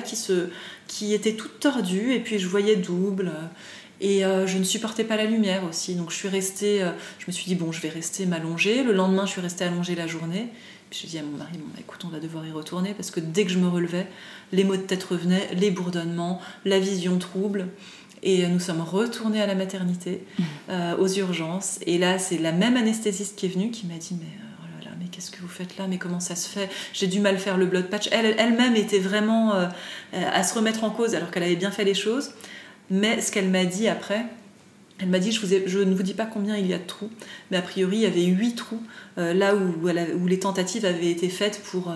qui étaient toutes tordues, et puis je voyais double. Et je ne supportais pas la lumière aussi, donc je me suis dit, bon, je vais rester m'allonger. Le lendemain, je suis restée allongée la journée. Puis je dis à mon mari, écoute, on va devoir y retourner, parce que dès que je me relevais, les maux de tête revenaient, les bourdonnements, la vision trouble. Et nous sommes retournés à la maternité, aux urgences. Et là, c'est la même anesthésiste qui est venue, qui m'a dit, mais qu'est-ce que vous faites là ? Mais comment ça se fait ? J'ai du mal à faire le blood patch. Elle-même était vraiment à se remettre en cause, alors qu'elle avait bien fait les choses. Mais ce qu'elle m'a dit après, Elle m'a dit, je ne vous dis pas combien il y a de trous, mais a priori il y avait 8 trous là où les tentatives avaient été faites pour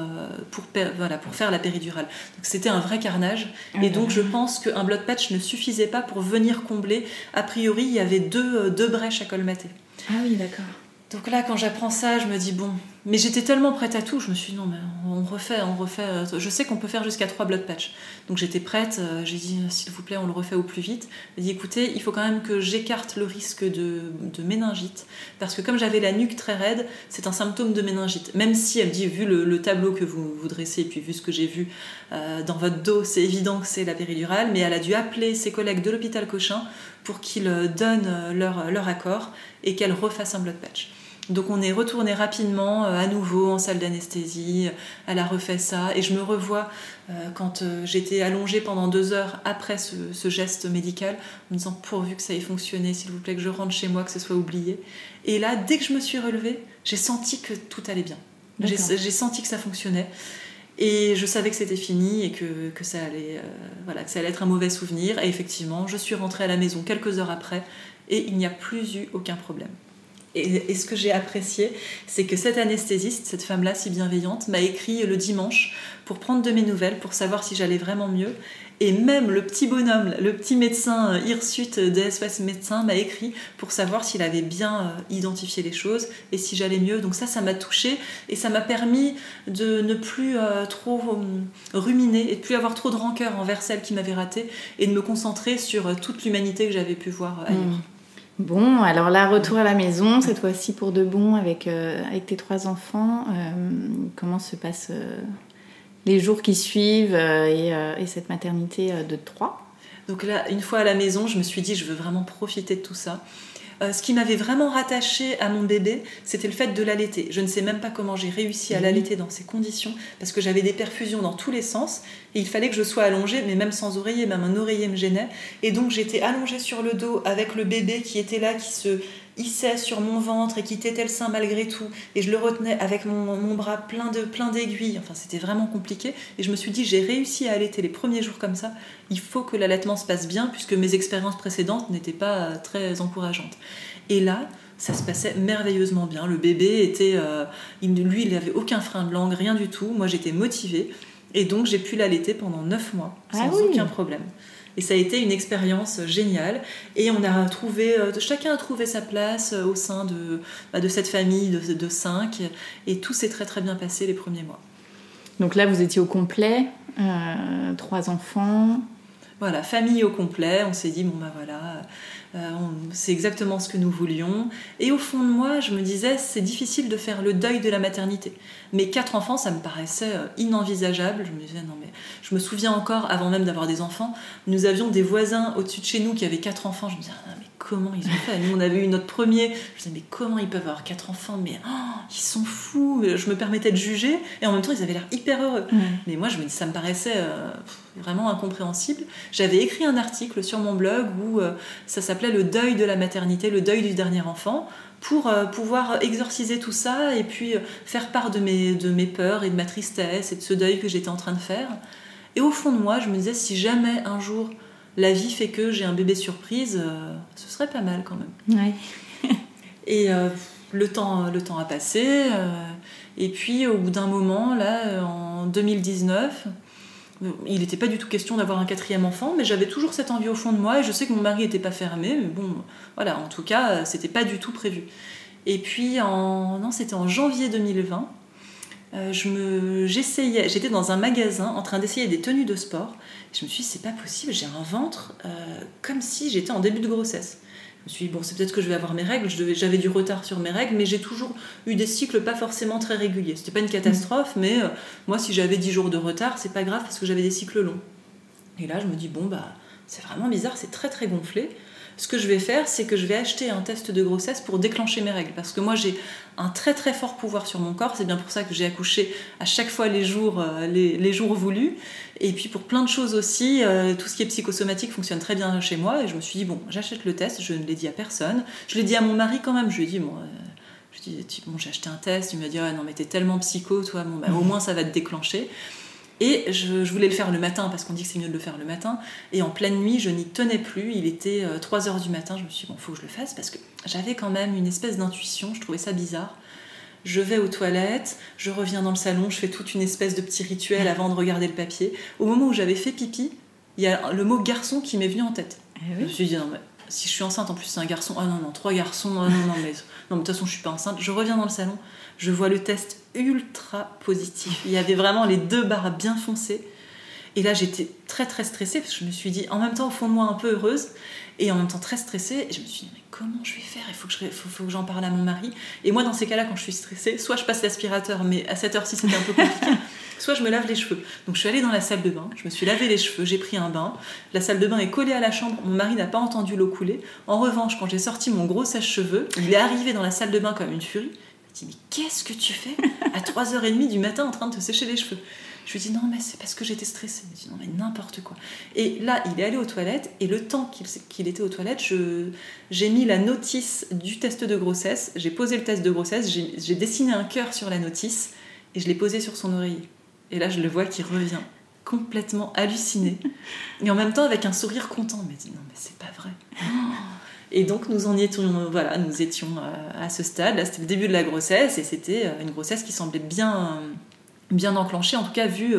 faire la péridurale. Donc c'était un vrai carnage. Et donc je pense qu'un blood patch ne suffisait pas pour venir combler. A priori il y avait deux brèches à colmater. Ah oui, d'accord. Donc là, quand j'apprends ça, je me dis bon... Mais j'étais tellement prête à tout, je me suis dit non, mais on refait. Je sais qu'on peut faire jusqu'à 3 blood patch. Donc j'étais prête, j'ai dit s'il vous plaît, on le refait au plus vite. Elle dit écoutez, il faut quand même que j'écarte le risque de méningite. Parce que comme j'avais la nuque très raide, c'est un symptôme de méningite. Même si elle me dit, vu le tableau que vous dressez, et puis vu ce que j'ai vu dans votre dos, c'est évident que c'est la péridurale. Mais elle a dû appeler ses collègues de l'hôpital Cochin pour qu'ils donnent leur accord et qu'elle refasse un blood patch. Donc on est retourné rapidement à nouveau en salle d'anesthésie, elle a refait ça et je me revois quand j'étais allongée pendant 2 heures après ce geste médical en me disant pourvu que ça ait fonctionné, s'il vous plaît que je rentre chez moi, que ce soit oublié. Et là, dès que je me suis relevée, j'ai senti que tout allait bien. J'ai senti que ça fonctionnait et je savais que c'était fini et que ça allait, que ça allait être un mauvais souvenir. Et effectivement, je suis rentrée à la maison quelques heures après et il n'y a plus eu aucun problème. Et ce que j'ai apprécié, c'est que cette anesthésiste, cette femme-là si bienveillante, m'a écrit le dimanche pour prendre de mes nouvelles, pour savoir si j'allais vraiment mieux. Et même le petit bonhomme, le petit médecin Hirsute de SOS Médecins m'a écrit pour savoir s'il avait bien identifié les choses et si j'allais mieux. Donc ça m'a touchée et ça m'a permis de ne plus trop ruminer et de plus avoir trop de rancœur envers celle qui m'avait ratée et de me concentrer sur toute l'humanité que j'avais pu voir ailleurs. Bon, alors là, retour à la maison, cette fois-ci pour de bon avec tes 3 enfants. Comment se passent les jours qui suivent et cette maternité de 3 ? Donc là, une fois à la maison, je me suis dit, je veux vraiment profiter de tout ça. Ce qui m'avait vraiment rattachée à mon bébé, c'était le fait de l'allaiter. Je ne sais même pas comment j'ai réussi à l'allaiter dans ces conditions, parce que j'avais des perfusions dans tous les sens, et il fallait que je sois allongée, mais même sans oreiller, même un oreiller me gênait. Et donc j'étais allongée sur le dos avec le bébé qui était là, qui se hissait sur mon ventre et qui tétait le sein malgré tout. Et je le retenais avec mon bras plein d'aiguilles. Enfin, c'était vraiment compliqué. Et je me suis dit, j'ai réussi à allaiter les premiers jours comme ça. Il faut que l'allaitement se passe bien, puisque mes expériences précédentes n'étaient pas très encourageantes. Et là, ça se passait merveilleusement bien. Le bébé était... il n'avait aucun frein de langue, rien du tout. Moi, j'étais motivée. Et donc, j'ai pu l'allaiter pendant 9 mois, sans aucun problème. Et ça a été une expérience géniale. Et on a chacun a trouvé sa place au sein de cette famille de 5. Et tout s'est très très bien passé les premiers mois. Donc là, vous étiez au complet, 3 enfants. Voilà, famille au complet. On s'est dit, bon ben voilà, c'est exactement ce que nous voulions. Et au fond de moi, je me disais, c'est difficile de faire le deuil de la maternité. Mais 4 enfants, ça me paraissait inenvisageable. Je me disais, non mais... Je me souviens encore, avant même d'avoir des enfants, nous avions des voisins au-dessus de chez nous qui avaient 4 enfants. Je me disais, ah, mais comment ils ont fait ? Nous, on avait eu notre premier. Je me disais, mais comment ils peuvent avoir 4 enfants ? Mais ils sont fous. Je me permettais de juger. Et en même temps, ils avaient l'air hyper heureux. Mais moi, je me dis, ça me paraissait vraiment incompréhensible. J'avais écrit un article sur mon blog où ça s'appelait « Le deuil de la maternité, le deuil du dernier enfant », pour pouvoir exorciser tout ça et puis faire part de mes peurs et de ma tristesse et de ce deuil que j'étais en train de faire. Et au fond de moi, je me disais, si jamais un jour la vie fait que j'ai un bébé surprise, ce serait pas mal quand même. Ouais. Et le temps a passé. Et puis, au bout d'un moment, là, en 2019... Il n'était pas du tout question d'avoir un 4e enfant, mais j'avais toujours cette envie au fond de moi, et je sais que mon mari n'était pas fermé, mais bon, voilà, en tout cas, c'était pas du tout prévu. Et puis, c'était en janvier 2020, j'étais dans un magasin en train d'essayer des tenues de sport, et je me suis dit, c'est pas possible, j'ai un ventre comme si j'étais en début de grossesse. Je me suis dit, bon, c'est peut-être que je vais avoir mes règles, j'avais du retard sur mes règles, mais j'ai toujours eu des cycles pas forcément très réguliers. C'était pas une catastrophe, mais moi, si j'avais 10 jours de retard, c'est pas grave parce que j'avais des cycles longs. Et là, je me dis, bon, c'est vraiment bizarre, c'est très très gonflé. Ce que je vais faire, c'est que je vais acheter un test de grossesse pour déclencher mes règles. Parce que moi, j'ai un très très fort pouvoir sur mon corps. C'est bien pour ça que j'ai accouché à chaque fois les jours voulus. Et puis pour plein de choses aussi, tout ce qui est psychosomatique fonctionne très bien chez moi. Et je me suis dit, bon, j'achète le test. Je ne l'ai dit à personne. Je l'ai dit à mon mari quand même. Je lui ai dit, bon, j'ai acheté un test. Il m'a dit, ah, non mais t'es tellement psycho, toi. Bon, au moins ça va te déclencher. Et je voulais le faire le matin parce qu'on dit que c'est mieux de le faire le matin. Et en pleine nuit, je n'y tenais plus. Il était 3h du matin. Je me suis dit, bon, faut que je le fasse parce que j'avais quand même une espèce d'intuition. Je trouvais ça bizarre. Je vais aux toilettes, je reviens dans le salon, je fais toute une espèce de petit rituel avant de regarder le papier. Au moment où j'avais fait pipi, il y a le mot garçon qui m'est venu en tête. Je me suis dit, non, mais si je suis enceinte, en plus c'est un garçon. Ah non, 3 garçons. Ah non, mais de toute façon, je suis pas enceinte. Je reviens dans le salon, je vois le test ultra positif. Il y avait vraiment les 2 barres bien foncées. Et là, j'étais très très stressée parce que je me suis dit, en même temps, au fond de moi, un peu heureuse et en même temps très stressée. Et je me suis dit, mais comment je vais faire ? Il faut que j'en parle à mon mari. Et moi, dans ces cas-là, quand je suis stressée, soit je passe l'aspirateur, mais à cette heure-ci, c'était un peu compliqué, soit je me lave les cheveux. Donc, je suis allée dans la salle de bain, je me suis lavé les cheveux, j'ai pris un bain. La salle de bain est collée à la chambre, mon mari n'a pas entendu l'eau couler. En revanche, quand j'ai sorti mon gros sèche-cheveux, il est arrivé dans la salle de bain comme une furie. Il m'a dit, mais qu'est-ce que tu fais à 3h30 du matin en train de te sécher les cheveux ? Je lui ai dit, non, mais c'est parce que j'étais stressée. Il m'a dit, non, mais n'importe quoi. Et là, il est allé aux toilettes, et le temps qu'il était aux toilettes, j'ai mis la notice du test de grossesse, j'ai posé le test de grossesse, j'ai dessiné un cœur sur la notice, et je l'ai posé sur son oreiller. Et là, je le vois qui revient, complètement halluciné, et en même temps avec un sourire content. Il m'a dit, non, mais c'est pas vrai. Et donc nous étions à ce stade. Là, c'était le début de la grossesse, et c'était une grossesse qui semblait bien enclenchée. En tout cas, vu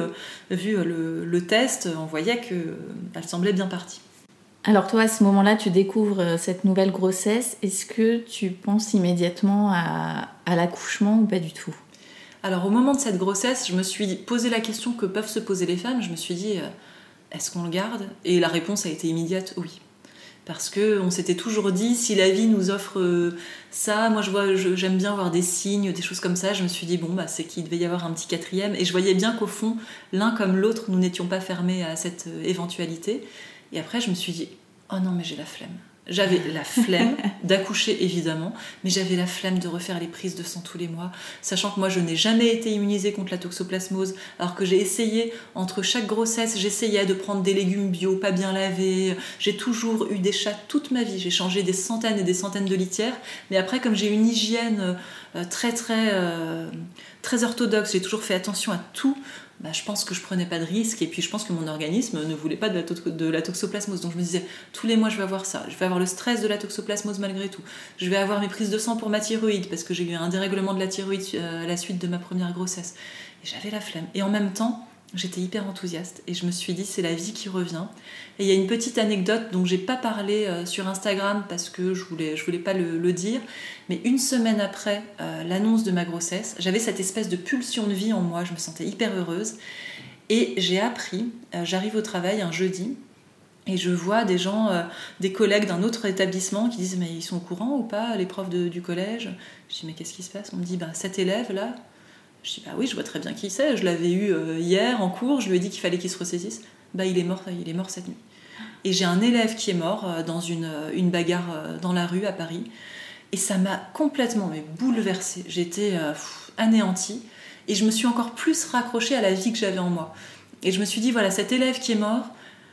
le test, on voyait qu'elle semblait bien partie. Alors toi, à ce moment-là, tu découvres cette nouvelle grossesse. Est-ce que tu penses immédiatement à l'accouchement ou pas du tout ? Alors au moment de cette grossesse, je me suis posé la question que peuvent se poser les femmes. Je me suis dit, est-ce qu'on le garde ? Et la réponse a été immédiate, oui. Parce qu'on s'était toujours dit, si la vie nous offre ça, moi j'aime bien voir des signes, des choses comme ça. Je me suis dit, c'est qu'il devait y avoir un petit 4e. Et je voyais bien qu'au fond, l'un comme l'autre, nous n'étions pas fermés à cette éventualité. Et après, je me suis dit, oh non, mais j'ai la flemme. J'avais la flemme d'accoucher, évidemment, mais j'avais la flemme de refaire les prises de sang tous les mois, sachant que moi, je n'ai jamais été immunisée contre la toxoplasmose, alors que j'ai essayé, entre chaque grossesse, j'essayais de prendre des légumes bio, pas bien lavés. J'ai toujours eu des chats toute ma vie. J'ai changé des centaines et des centaines de litières, mais après, comme j'ai une hygiène très orthodoxe, j'ai toujours fait attention à tout. Je pense que je prenais pas de risque, et puis je pense que mon organisme ne voulait pas de la toxoplasmose. Donc je me disais, tous les mois je vais avoir ça, je vais avoir le stress de la toxoplasmose malgré tout, je vais avoir mes prises de sang pour ma thyroïde parce que j'ai eu un dérèglement de la thyroïde à la suite de ma première grossesse, et j'avais la flemme. Et en même temps, j'étais hyper enthousiaste et je me suis dit, c'est la vie qui revient. Et il y a une petite anecdote dont j'ai pas parlé sur Instagram parce que je voulais pas le dire, mais une semaine après l'annonce de ma grossesse, j'avais cette espèce de pulsion de vie en moi, je me sentais hyper heureuse, et j'ai appris, j'arrive au travail un jeudi, et je vois des gens, des collègues d'un autre établissement qui disent, mais ils sont au courant ou pas, les profs du collège ? Je dis, mais qu'est-ce qui se passe ? On me dit, cet élève là. Je dis, oui, je vois très bien qui c'est, je l'avais eu hier en cours, je lui ai dit qu'il fallait qu'il se ressaisisse. Il est mort cette nuit. Et j'ai un élève qui est mort dans une bagarre dans la rue à Paris, et ça m'a complètement bouleversée. J'étais anéantie, et je me suis encore plus raccrochée à la vie que j'avais en moi. Et je me suis dit, voilà, cet élève qui est mort,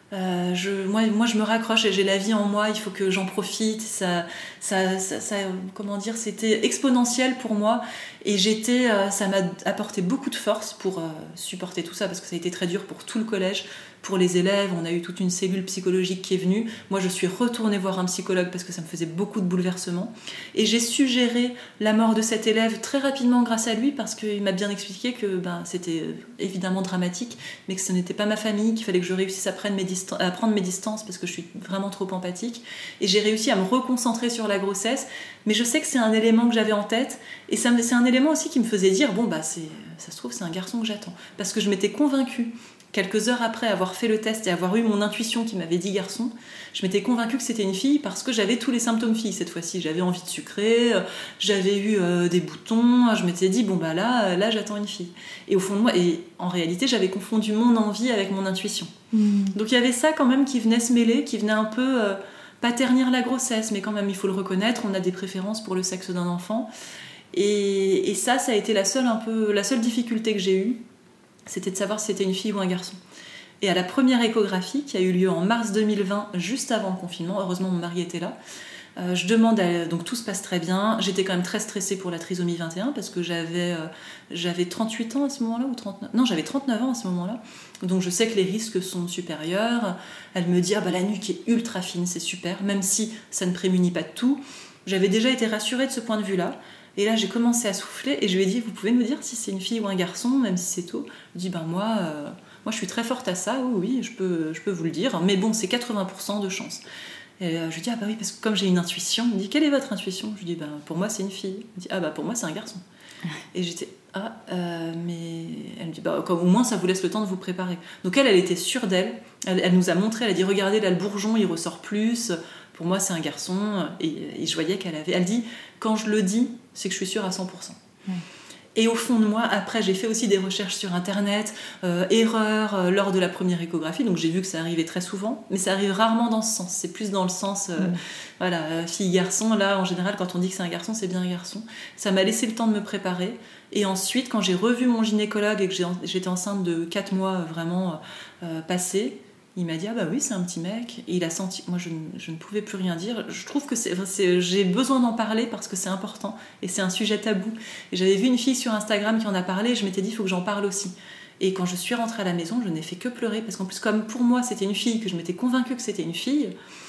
moi je me raccroche et j'ai la vie en moi, il faut que j'en profite. Ça comment dire, c'était exponentiel pour moi, et ça m'a apporté beaucoup de force pour supporter tout ça, parce que ça a été très dur pour tout le collège, pour les élèves. On a eu toute une cellule psychologique qui est venue. Moi je suis retournée voir un psychologue parce que ça me faisait beaucoup de bouleversements, et j'ai su gérer la mort de cet élève très rapidement grâce à lui, parce qu'il m'a bien expliqué que c'était évidemment dramatique, mais que ce n'était pas ma famille, qu'il fallait que je réussisse à prendre mes distances parce que je suis vraiment trop empathique, et j'ai réussi à me reconcentrer sur la grossesse. Mais je sais que c'est un élément que j'avais en tête, et c'est un élément aussi qui me faisait dire, ça se trouve c'est un garçon que j'attends, parce que je m'étais convaincue, quelques heures après avoir fait le test et avoir eu mon intuition qui m'avait dit garçon, je m'étais convaincue que c'était une fille parce que j'avais tous les symptômes filles cette fois-ci. J'avais envie de sucrer, j'avais eu des boutons, je m'étais dit là j'attends une fille. Et au fond de moi, et en réalité j'avais confondu mon envie avec mon intuition. Donc il y avait ça quand même qui venait se mêler, qui venait un peu pas ternir la grossesse, mais quand même il faut le reconnaître, on a des préférences pour le sexe d'un enfant. Et ça a été la seule difficulté que j'ai eue, c'était de savoir si c'était une fille ou un garçon. Et à la première échographie, qui a eu lieu en mars 2020, juste avant le confinement, heureusement mon mari était là, Je demande, donc tout se passe très bien. J'étais quand même très stressée pour la trisomie 21 parce que j'avais 38 ans à ce moment-là ou 39. Non, j'avais 39 ans à ce moment-là. Donc je sais que les risques sont supérieurs. Elle me dit la nuque est ultra fine, c'est super, même si ça ne prémunit pas de tout. J'avais déjà été rassurée de ce point de vue-là. Et là, j'ai commencé à souffler et je lui ai dit, vous pouvez me dire si c'est une fille ou un garçon, même si c'est tôt. Elle dit, moi, je suis très forte à ça, oui, je peux vous le dire. Mais bon, c'est 80% de chance. Et je lui dis, oui, parce que comme j'ai une intuition, il me dit, quelle est votre intuition ? Je lui dis, pour moi, c'est une fille. Il me dit, pour moi, c'est un garçon. Et j'étais, mais... Elle me dit, au moins, ça vous laisse le temps de vous préparer. Donc elle était sûre d'elle. Elle nous a montré, elle a dit, regardez, là, le bourgeon, il ressort plus. Pour moi, c'est un garçon. Et je voyais qu'elle avait... Elle dit, quand je le dis, c'est que je suis sûre à 100%. Et au fond de moi, après, j'ai fait aussi des recherches sur Internet, erreurs lors de la première échographie, donc j'ai vu que ça arrivait très souvent, mais ça arrive rarement dans ce sens. C'est plus dans le sens, fille-garçon. Là, en général, quand on dit que c'est un garçon, c'est bien un garçon. Ça m'a laissé le temps de me préparer. Et ensuite, quand j'ai revu mon gynécologue et que j'étais enceinte de 4 mois vraiment passés, il m'a dit, oui, c'est un petit mec. Et il a senti... Moi, je ne pouvais plus rien dire. Je trouve que j'ai besoin d'en parler parce que c'est important. Et c'est un sujet tabou. Et j'avais vu une fille sur Instagram qui en a parlé. Et je m'étais dit, il faut que j'en parle aussi. Et quand je suis rentrée à la maison, je n'ai fait que pleurer. Parce qu'en plus, comme pour moi, c'était une fille, que je m'étais convaincue que c'était une fille,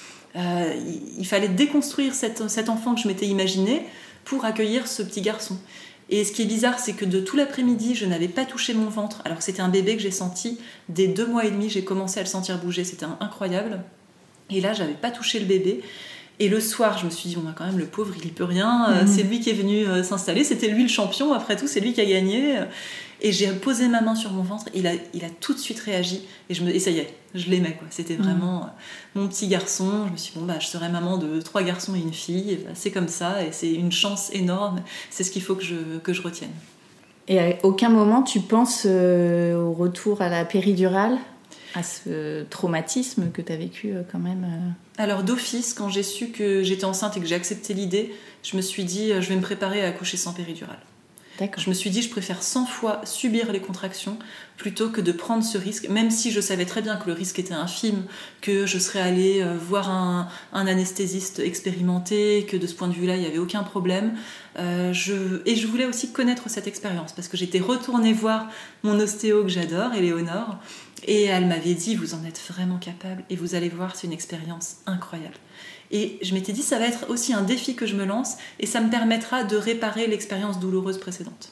il fallait déconstruire cet enfant que je m'étais imaginé pour accueillir ce petit garçon. Et ce qui est bizarre, c'est que de tout l'après-midi, je n'avais pas touché mon ventre, alors que c'était un bébé que j'ai senti. Dès 2 mois et demi, j'ai commencé à le sentir bouger, c'était incroyable. Et là, j'avais pas touché le bébé. Et le soir, je me suis dit, quand même, le pauvre, il y peut rien. C'est lui qui est venu s'installer, c'était lui le champion, après tout, c'est lui qui a gagné. Et j'ai posé ma main sur mon ventre, il a tout de suite réagi. Et ça y est, je l'aimais, quoi. C'était vraiment mon petit garçon. Je me suis dit, je serai maman de 3 garçons et une fille. C'est comme ça, et c'est une chance énorme. C'est ce qu'il faut que je retienne. Et à aucun moment, tu penses au retour à la péridurale, à ce traumatisme que tu as vécu quand même Alors d'office, quand j'ai su que j'étais enceinte et que j'ai accepté l'idée, je me suis dit, je vais me préparer à accoucher sans péridurale. D'accord. Je me suis dit, je préfère 100 fois subir les contractions plutôt que de prendre ce risque, même si je savais très bien que le risque était infime, que je serais allée voir un anesthésiste expérimenté, que de ce point de vue-là, il n'y avait aucun problème. Et je voulais aussi connaître cette expérience, parce que j'étais retournée voir mon ostéo que j'adore, Éléonore, et elle m'avait dit, vous en êtes vraiment capable, et vous allez voir, c'est une expérience incroyable. Et je m'étais dit, ça va être aussi un défi que je me lance, et ça me permettra de réparer l'expérience douloureuse précédente.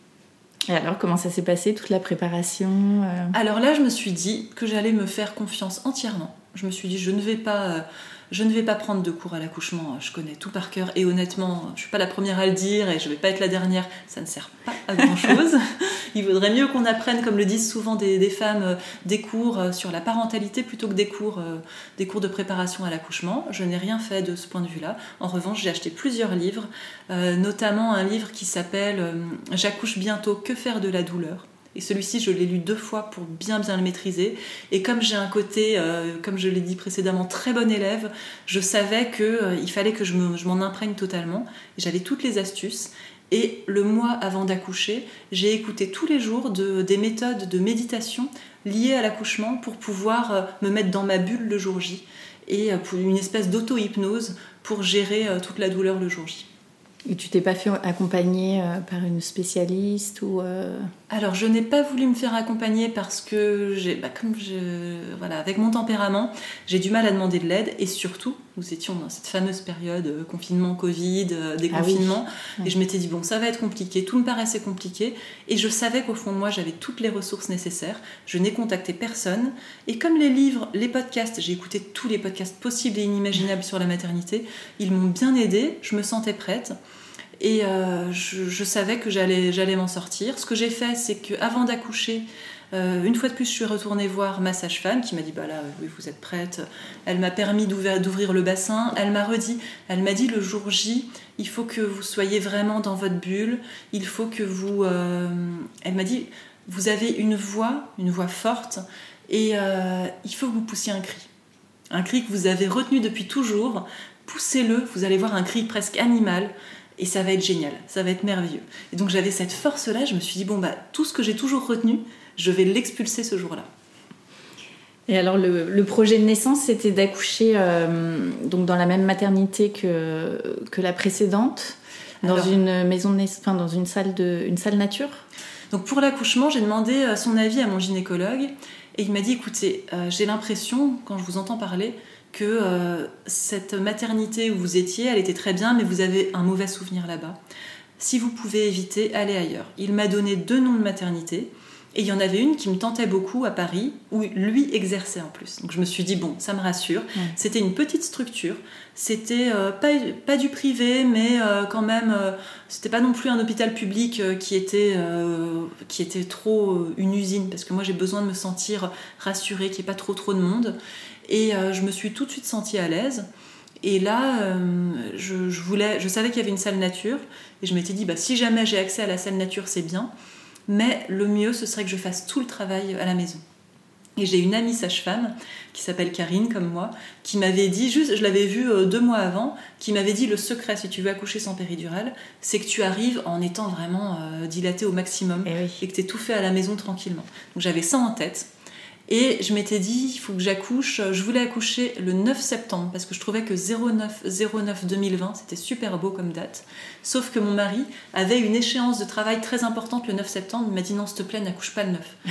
Et alors, comment ça s'est passé, toute la préparation Alors là, je me suis dit que j'allais me faire confiance entièrement. Je me suis dit, je ne vais pas prendre de cours à l'accouchement, je connais tout par cœur, et honnêtement, je ne suis pas la première à le dire, et je ne vais pas être la dernière, ça ne sert pas à grand-chose. Il vaudrait mieux qu'on apprenne, comme le disent souvent des femmes, des cours sur la parentalité plutôt que des cours de préparation à l'accouchement. Je n'ai rien fait de ce point de vue-là. En revanche, j'ai acheté plusieurs livres, notamment un livre qui s'appelle « J'accouche bientôt, que faire de la douleur ?» Et celui-ci, je l'ai lu 2 fois pour bien le maîtriser. Et comme j'ai un côté, comme je l'ai dit précédemment, très bon élève, je savais qu'il fallait que je m'en imprègne totalement. Et j'avais toutes les astuces. Et le mois avant d'accoucher, j'ai écouté tous les jours des méthodes de méditation liées à l'accouchement pour pouvoir me mettre dans ma bulle le jour J. Et pour une espèce d'auto-hypnose pour gérer toute la douleur le jour J. Et tu t'es pas fait accompagner par une spécialiste ou Alors, je n'ai pas voulu me faire accompagner parce que, avec mon tempérament, j'ai du mal à demander de l'aide. Et surtout, nous étions dans cette fameuse période confinement, Covid, déconfinement. Oui. Et je m'étais dit, ça va être compliqué. Tout me paraissait compliqué. Et je savais qu'au fond de moi, j'avais toutes les ressources nécessaires. Je n'ai contacté personne. Et comme les livres, les podcasts, j'ai écouté tous les podcasts possibles et inimaginables sur la maternité, ils m'ont bien aidée. Je me sentais prête. Et je savais que j'allais m'en sortir. Ce que j'ai fait, c'est qu'avant d'accoucher, une fois de plus, je suis retournée voir ma sage-femme qui m'a dit là, oui, vous êtes prête. Elle m'a permis d'ouvrir le bassin. Elle m'a dit le jour J, il faut que vous soyez vraiment dans votre bulle. Il faut que vous... Elle m'a dit, vous avez une voix forte et il faut que vous poussiez un cri. Un cri que vous avez retenu depuis toujours. Poussez-le, vous allez voir un cri presque animal. Et ça va être génial, ça va être merveilleux. Et donc j'avais cette force-là, je me suis dit, tout ce que j'ai toujours retenu, je vais l'expulser ce jour-là. Et alors le projet de naissance, c'était d'accoucher donc dans la même maternité que la précédente, dans une maison de naissance, dans une salle nature. Donc pour l'accouchement, j'ai demandé son avis à mon gynécologue et il m'a dit écoutez, j'ai l'impression, quand je vous entends parler, que cette maternité où vous étiez, elle était très bien, mais vous avez un mauvais souvenir là-bas. Si vous pouvez éviter, allez ailleurs. Il m'a donné 2 noms de maternité. Et il y en avait une qui me tentait beaucoup à Paris, où lui exerçait en plus. Donc je me suis dit, bon, ça me rassure. C'était une petite structure. C'était pas du privé, mais quand même, c'était pas non plus un hôpital public qui était trop une usine. Parce que moi, j'ai besoin de me sentir rassurée, qu'il n'y ait pas trop de monde. Et je me suis tout de suite sentie à l'aise. Et là, je savais qu'il y avait une salle nature. Et je m'étais dit, si jamais j'ai accès à la salle nature, c'est bien. Mais le mieux, ce serait que je fasse tout le travail à la maison. Et j'ai une amie sage-femme, qui s'appelle Karine, comme moi, qui m'avait dit, je l'avais vue 2 mois avant, qui m'avait dit le secret, si tu veux accoucher sans péridurale, c'est que tu arrives en étant vraiment dilatée au maximum et que tu aies tout fait à la maison tranquillement. Donc j'avais ça en tête. Et je m'étais dit, il faut que j'accouche. Je voulais accoucher le 9 septembre parce que je trouvais que 09/09/2020, c'était super beau comme date. Sauf que mon mari avait une échéance de travail très importante le 9 septembre. Il m'a dit, non, s'il te plaît, n'accouche pas le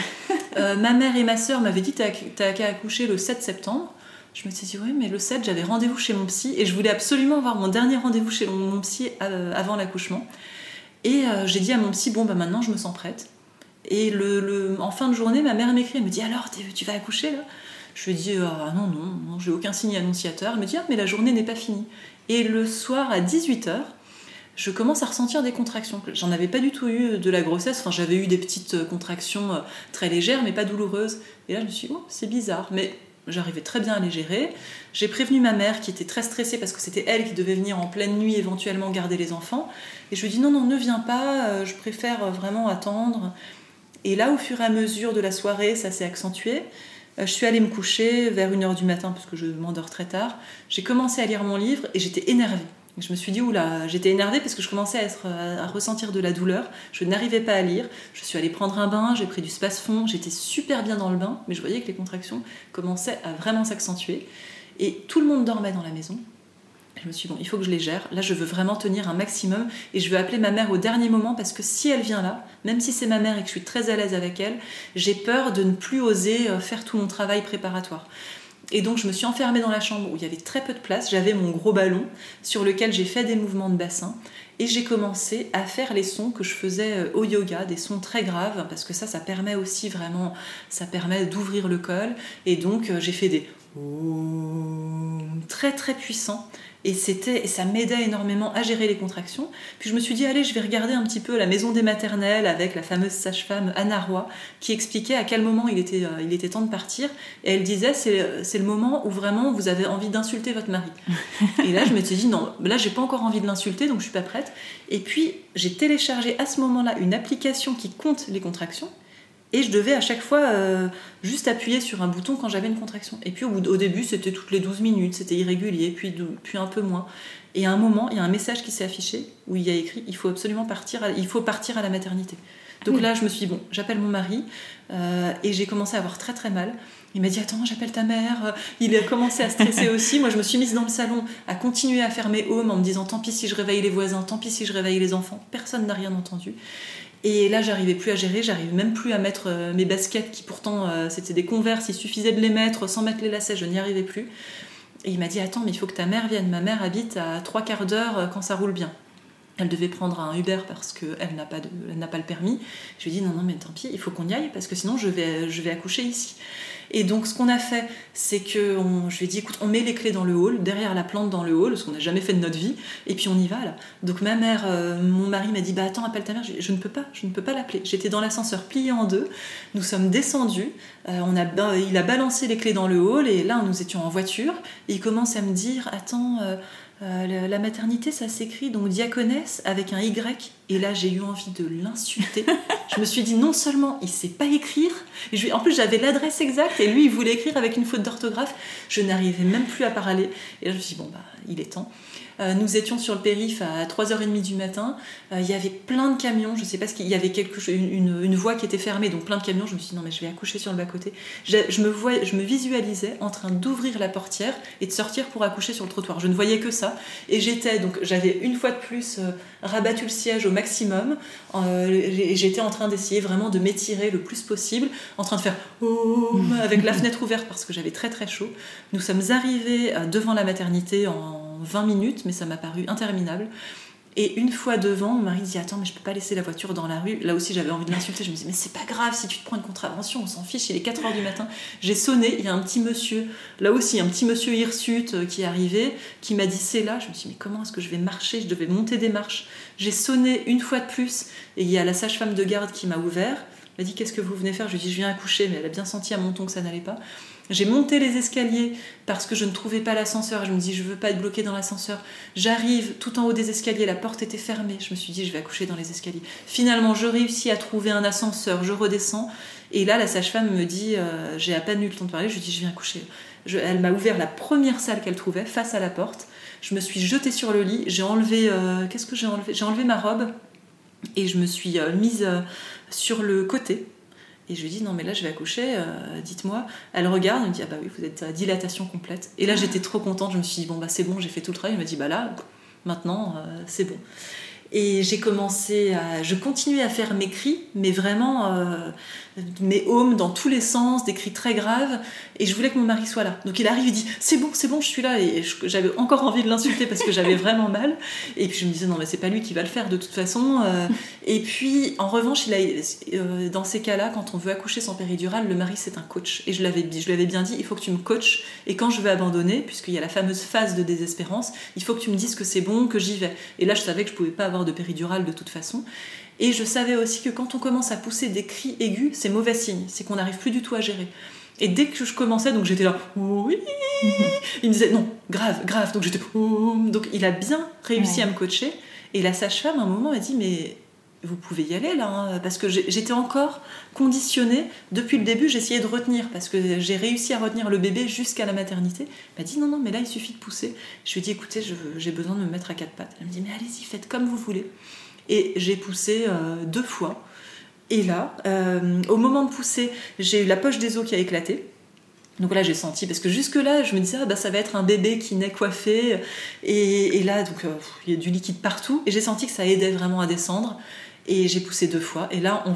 9. Ma mère et ma sœur m'avaient dit, t'as qu'à accoucher le 7 septembre. Je me suis dit, oui, mais le 7, j'avais rendez-vous chez mon psy et je voulais absolument avoir mon dernier rendez-vous chez mon psy avant l'accouchement. Et j'ai dit à mon psy, maintenant, je me sens prête. Et en fin de journée, ma mère m'écrit, elle me dit, alors, tu vas accoucher là ? Je lui dis, non, j'ai aucun signe annonciateur. Elle me dit, mais la journée n'est pas finie. Et le soir, à 18h, je commence à ressentir des contractions. J'en avais pas du tout eu de la grossesse. Enfin, j'avais eu des petites contractions très légères, mais pas douloureuses. Et là, je me suis dit, c'est bizarre. Mais j'arrivais très bien à les gérer. J'ai prévenu ma mère qui était très stressée parce que c'était elle qui devait venir en pleine nuit éventuellement garder les enfants. Et je lui ai dit, non, ne viens pas, je préfère vraiment attendre. Et là, au fur et à mesure de la soirée, ça s'est accentué. Je suis allée me coucher vers 1h du matin parce que je m'endors très tard. J'ai commencé à lire mon livre et j'étais énervée. Je me suis dit, j'étais énervée parce que je commençais à ressentir de la douleur. Je n'arrivais pas à lire. Je suis allée prendre un bain, j'ai pris du Spasfon. J'étais super bien dans le bain, mais je voyais que les contractions commençaient à vraiment s'accentuer. Et tout le monde dormait dans la maison. Je me suis dit, il faut que je les gère. Là, je veux vraiment tenir un maximum et je veux appeler ma mère au dernier moment parce que si elle vient là, même si c'est ma mère et que je suis très à l'aise avec elle, j'ai peur de ne plus oser faire tout mon travail préparatoire. Et donc, je me suis enfermée dans la chambre où il y avait très peu de place. J'avais mon gros ballon sur lequel j'ai fait des mouvements de bassin et j'ai commencé à faire les sons que je faisais au yoga, des sons très graves parce que ça permet aussi vraiment, ça permet d'ouvrir le col. Et donc, j'ai fait des très très puissants. Et ça m'aidait énormément à gérer les contractions. Puis je me suis dit, allez, je vais regarder un petit peu la maison des maternelles avec la fameuse sage-femme Anna Roy qui expliquait à quel moment il était temps de partir. Et elle disait, c'est le moment où vraiment vous avez envie d'insulter votre mari. Et là, je me suis dit, non, là, j'ai pas encore envie de l'insulter, donc je suis pas prête. Et puis, j'ai téléchargé à ce moment-là une application qui compte les contractions. Et je devais à chaque fois juste appuyer sur un bouton quand j'avais une contraction. Et puis au début, c'était toutes les 12 minutes, c'était irrégulier, puis un peu moins. Et à un moment, il y a un message qui s'est affiché où il y a écrit « il faut partir à la maternité ». Donc là, je me suis dit, j'appelle mon mari et j'ai commencé à avoir très très mal. Il m'a dit, attends, j'appelle ta mère. Il a commencé à stresser aussi. Moi, je me suis mise dans le salon à continuer à faire mes homes en me disant, tant pis si je réveille les voisins, tant pis si je réveille les enfants. Personne n'a rien entendu. Et là, j'arrivais plus à gérer, j'arrivais même plus à mettre mes baskets qui pourtant, c'était des Converse, il suffisait de les mettre sans mettre les lacets, je n'y arrivais plus. Et il m'a dit, attends, mais il faut que ta mère vienne. Ma mère habite à 3/4 d'heure quand ça roule bien. Elle devait prendre un Uber parce qu'elle n'a pas le permis. Je lui ai dit, non, mais tant pis, il faut qu'on y aille parce que sinon je vais accoucher ici. Et donc, ce qu'on a fait, c'est que je lui ai dit, écoute, on met les clés dans le hall, derrière la plante dans le hall, ce qu'on n'a jamais fait de notre vie, et puis on y va, là. Donc, ma mère, mon mari m'a dit, attends, appelle ta mère. Je ne peux pas l'appeler. J'étais dans l'ascenseur plié en deux. Nous sommes descendus. Il a balancé les clés dans le hall, et là, nous étions en voiture. Et il commence à me dire, attends... la maternité, ça s'écrit donc diaconesse avec un Y. Et là, j'ai eu envie de l'insulter. Je me suis dit, non seulement il sait pas écrire, en plus j'avais l'adresse exacte et lui il voulait écrire avec une faute d'orthographe. Je n'arrivais même plus à parler. Et là, je me suis dit, il est temps. Nous étions sur le périph' à 3h30 du matin. Il y avait plein de camions. Je sais pas ce qu'il y avait une voie qui était fermée, donc plein de camions. Je me suis dit non mais je vais accoucher sur le bas-côté. Je me visualisais en train d'ouvrir la portière et de sortir pour accoucher sur le trottoir. Je ne voyais que ça. Et j'avais une fois de plus rabattu le siège au maximum. J'étais en train d'essayer vraiment de m'étirer le plus possible, en train de faire avec la fenêtre ouverte parce que j'avais très très chaud. Nous sommes arrivés devant la maternité en 20 minutes, mais ça m'a paru interminable. Et une fois devant, mon mari dit attends mais je peux pas laisser la voiture dans la rue. Là aussi j'avais envie de l'insulter, je me dis mais c'est pas grave si tu te prends une contravention, on s'en fiche, il est 4h du matin. J'ai sonné, il y a un petit monsieur, là aussi un petit monsieur hirsute qui est arrivé, qui m'a dit c'est là. Je me suis dit mais comment est-ce que je vais marcher, je devais monter des marches. J'ai sonné une fois de plus et il y a la sage-femme de garde qui m'a ouvert. Elle m'a dit qu'est-ce que vous venez faire? Je lui ai dit je viens accoucher, mais elle a bien senti à mon ton que ça n'allait pas. J'ai monté les escaliers parce que je ne trouvais pas l'ascenseur. Je me dis, je ne veux pas être bloquée dans l'ascenseur. J'arrive tout en haut des escaliers, la porte était fermée. Je me suis dit, je vais accoucher dans les escaliers. Finalement, je réussis à trouver un ascenseur, je redescends. Et là, la sage-femme me dit, j'ai à peine eu le temps de parler, je lui dis, je viens accoucher. Elle m'a ouvert la première salle qu'elle trouvait, face à la porte. Je me suis jetée sur le lit, j'ai enlevé... qu'est-ce que j'ai enlevé? J'ai enlevé ma robe et je me suis mise sur le côté. Et je lui dis non mais là je vais accoucher, dites-moi. Elle regarde, elle me dit ah bah oui vous êtes à dilatation complète. Et là j'étais trop contente, je me suis dit bon bah c'est bon, j'ai fait tout le travail. Elle m'a dit bah là maintenant c'est bon. Et je continuais à faire mes cris, mais vraiment mes ohms dans tous les sens, des cris très graves, et je voulais que mon mari soit là. Donc il arrive, il dit c'est bon, je suis là, et j'avais encore envie de l'insulter parce que j'avais vraiment mal. Et puis je me disais non mais c'est pas lui qui va le faire de toute façon. Et puis en revanche, dans ces cas-là, quand on veut accoucher sans péridurale, le mari c'est un coach. Et je lui avais bien dit il faut que tu me coaches, et quand je vais abandonner, puisqu'il y a la fameuse phase de désespérance, il faut que tu me dises que c'est bon, que j'y vais. Et là je savais que je pouvais pas avoir de péridurale de toute façon. Et je savais aussi que quand on commence à pousser des cris aigus, c'est mauvais signe, c'est qu'on n'arrive plus du tout à gérer. Et dès que je commençais, donc j'étais là, oui, il me disait non, grave, donc j'étais, donc il a bien réussi à me coacher. Et la sage-femme, à un moment, m'a dit, mais vous pouvez y aller là, hein, parce que j'étais encore conditionnée. Depuis le début, j'essayais de retenir, parce que j'ai réussi à retenir le bébé jusqu'à la maternité. Elle m'a dit non, mais là, il suffit de pousser. Je lui ai dit, écoutez, j'ai besoin de me mettre à quatre pattes. Elle me dit, mais allez-y, faites comme vous voulez. Et j'ai poussé 2 fois. Et là, au moment de pousser, j'ai eu la poche des os qui a éclaté. Donc là, j'ai senti, parce que jusque-là, je me disais, ça va être un bébé qui naît coiffé. Et là, donc, il y a du liquide partout. Et j'ai senti que ça aidait vraiment à descendre. Et j'ai poussé 2 fois. Et là,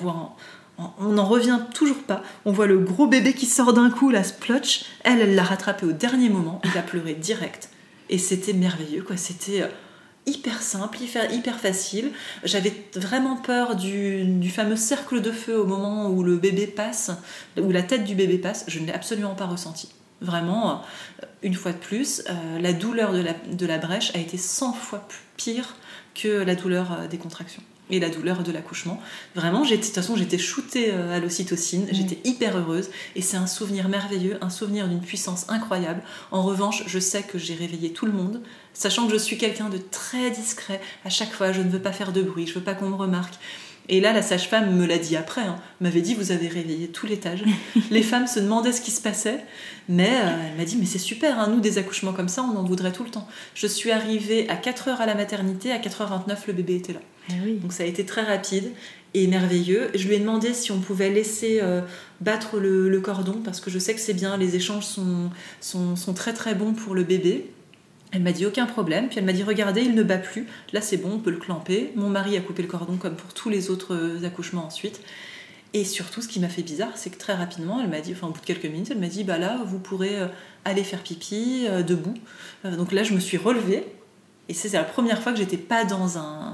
on n'en revient toujours pas. On voit le gros bébé qui sort d'un coup, la splotch. Elle l'a rattrapé au dernier moment. Il a pleuré direct. Et c'était merveilleux, quoi. C'était hyper simple, hyper facile. J'avais vraiment peur du fameux cercle de feu au moment où le bébé passe, où la tête du bébé passe. Je ne l'ai absolument pas ressenti. Vraiment, une fois de plus, la douleur de la brèche a été 100 fois pire que la douleur des contractions et la douleur de l'accouchement. Vraiment, de toute façon, j'étais shootée à l'ocytocine, j'étais hyper heureuse, et c'est un souvenir merveilleux, un souvenir d'une puissance incroyable. En revanche, je sais que j'ai réveillé tout le monde, sachant que je suis quelqu'un de très discret. À chaque fois, je ne veux pas faire de bruit, je veux pas qu'on me remarque. Et là, la sage-femme me l'a dit après, m'avait dit, vous avez réveillé tout l'étage. Les femmes se demandaient ce qui se passait, mais elle m'a dit, mais c'est super, nous, des accouchements comme ça, on en voudrait tout le temps. Je suis arrivée à 4h à la maternité, à 4h29, le bébé était là. Oui. Donc ça a été très rapide et merveilleux. Je lui ai demandé si on pouvait laisser battre le cordon, parce que je sais que c'est bien, les échanges sont très très bons pour le bébé. Elle m'a dit aucun problème, puis elle m'a dit regardez, il ne bat plus, là c'est bon, on peut le clamper. Mon mari a coupé le cordon comme pour tous les autres accouchements ensuite. Et surtout, ce qui m'a fait bizarre, c'est que très rapidement, elle m'a dit, au bout de quelques minutes, elle m'a dit bah là, vous pourrez aller faire pipi debout. Donc là, je me suis relevée. Et c'est la première fois que j'étais pas dans un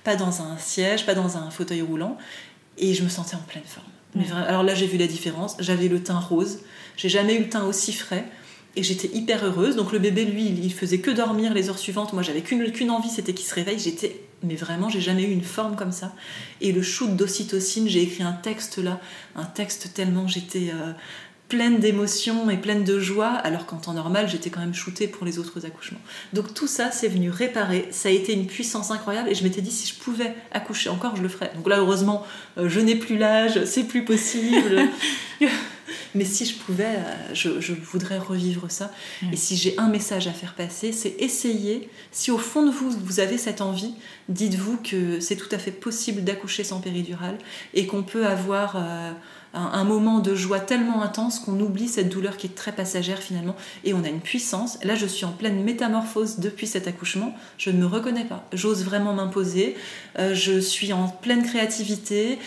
siège, pas dans un fauteuil roulant, et je me sentais en pleine forme. Mais vraiment, alors là, j'ai vu la différence. J'avais le teint rose. J'ai jamais eu le teint aussi frais. Et j'étais hyper heureuse. Donc le bébé, lui, il faisait que dormir les heures suivantes. Moi, j'avais qu'une envie, c'était qu'il se réveille. Mais vraiment, j'ai jamais eu une forme comme ça. Et le shoot d'ocytocine, j'ai écrit un texte tellement j'étais pleine d'émotions et pleine de joie, alors qu'en temps normal, j'étais quand même shootée pour les autres accouchements. Donc tout ça, c'est venu réparer. Ça a été une puissance incroyable, et je m'étais dit, si je pouvais accoucher encore, je le ferais. Donc là, heureusement, je n'ai plus l'âge, c'est plus possible. Mais si je pouvais, je voudrais revivre ça. Et si j'ai un message à faire passer, c'est essayer, si au fond de vous, vous avez cette envie, dites-vous que c'est tout à fait possible d'accoucher sans péridurale et qu'on peut avoir un moment de joie tellement intense qu'on oublie cette douleur qui est très passagère finalement, et on a une puissance. Là, je suis en pleine métamorphose depuis cet accouchement, je ne me reconnais pas, j'ose vraiment m'imposer, je suis en pleine créativité,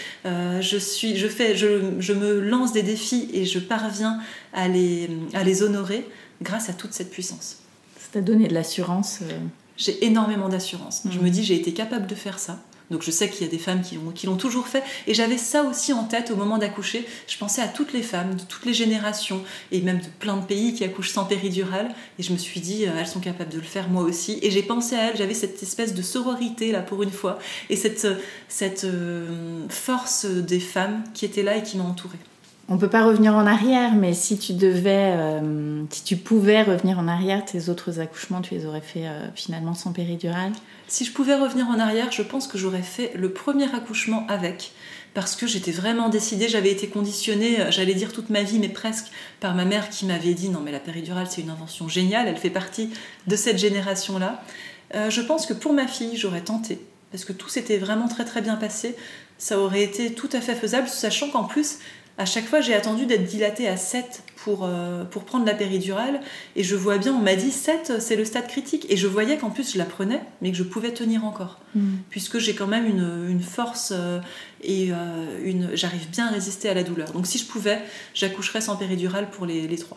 je me lance des défis et je parviens à les honorer grâce à toute cette puissance. Ça t'a donné de l'assurance J'ai énormément d'assurance. Je me dis, j'ai été capable de faire ça. Donc je sais qu'il y a des femmes qui l'ont toujours fait. Et j'avais ça aussi en tête au moment d'accoucher. Je pensais à toutes les femmes, de toutes les générations, et même de plein de pays qui accouchent sans péridurale. Et je me suis dit, elles sont capables de le faire moi aussi. Et j'ai pensé à elles, j'avais cette espèce de sororité là pour une fois. Et cette force des femmes qui étaient là et qui m'ont entourée. On peut pas revenir en arrière, mais si tu pouvais revenir en arrière, tes autres accouchements, tu les aurais fait finalement sans péridurale? Si je pouvais revenir en arrière, je pense que j'aurais fait le premier accouchement avec, parce que j'étais vraiment décidée, j'avais été conditionnée, j'allais dire toute ma vie, mais presque, par ma mère qui m'avait dit « Non mais la péridurale c'est une invention géniale, elle fait partie de cette génération-là ». Je pense que pour ma fille, j'aurais tenté, parce que tout s'était vraiment très très bien passé, ça aurait été tout à fait faisable, sachant qu'en plus, à chaque fois, j'ai attendu d'être dilatée à 7 pour prendre la péridurale. Et je vois bien, on m'a dit 7, c'est le stade critique. Et je voyais qu'en plus, je la prenais, mais que je pouvais tenir encore. Puisque j'ai quand même une force j'arrive bien à résister à la douleur. Donc si je pouvais, j'accoucherais sans péridurale pour les 3.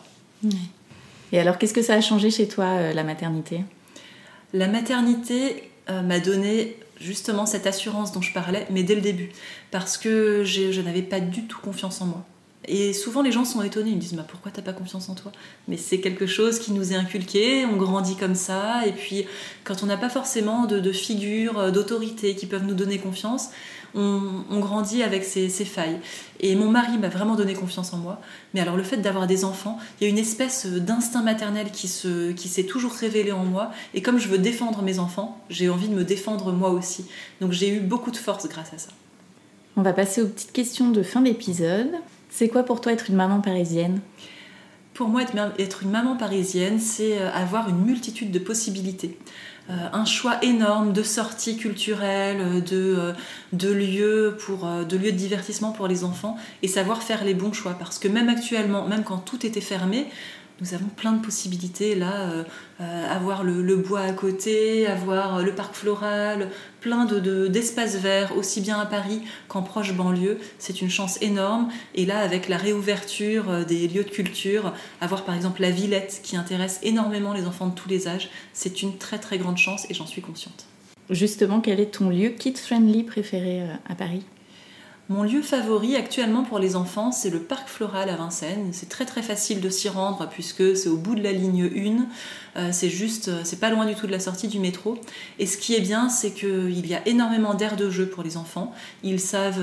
Et alors, qu'est-ce que ça a changé chez toi, la maternité ? La maternité m'a donné justement cette assurance dont je parlais, mais dès le début, parce que je n'avais pas du tout confiance en moi. Et souvent les gens sont étonnés, ils me disent pourquoi t'as pas confiance en toi ? Mais c'est quelque chose qui nous est inculqué, on grandit comme ça, et puis quand on n'a pas forcément de figures d'autorité qui peuvent nous donner confiance, on grandit avec ces failles. Et mon mari m'a vraiment donné confiance en moi. Mais alors le fait d'avoir des enfants, il y a une espèce d'instinct maternel qui s'est toujours révélé en moi. Et comme je veux défendre mes enfants, j'ai envie de me défendre moi aussi. Donc j'ai eu beaucoup de force grâce à ça. On va passer aux petites questions de fin d'épisode. C'est quoi pour toi être une maman parisienne ? Pour moi, être une maman parisienne, c'est avoir une multitude de possibilités. Un choix énorme de sorties culturelles, de lieux de divertissement pour les enfants, et savoir faire les bons choix. Parce que même actuellement, même quand tout était fermé, nous avons plein de possibilités là, avoir le bois à côté, avoir le parc floral, plein d'espaces verts, aussi bien à Paris qu'en proche banlieue. C'est une chance énorme. Et là, avec la réouverture des lieux de culture, avoir par exemple la Villette qui intéresse énormément les enfants de tous les âges, c'est une très très grande chance et j'en suis consciente. Justement, quel est ton lieu kids-friendly préféré à Paris ? Mon lieu favori actuellement pour les enfants, c'est le parc floral à Vincennes. C'est très très facile de s'y rendre puisque c'est au bout de la ligne 1. C'est pas loin du tout de la sortie du métro. Et ce qui est bien, c'est qu'il y a énormément d'aires de jeu pour les enfants. Ils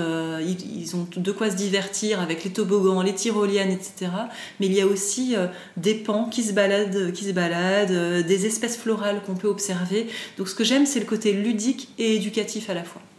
ont de quoi se divertir avec les toboggans, les tyroliennes, etc. Mais il y a aussi des pans qui se baladent, des espèces florales qu'on peut observer. Donc ce que j'aime, c'est le côté ludique et éducatif à la fois.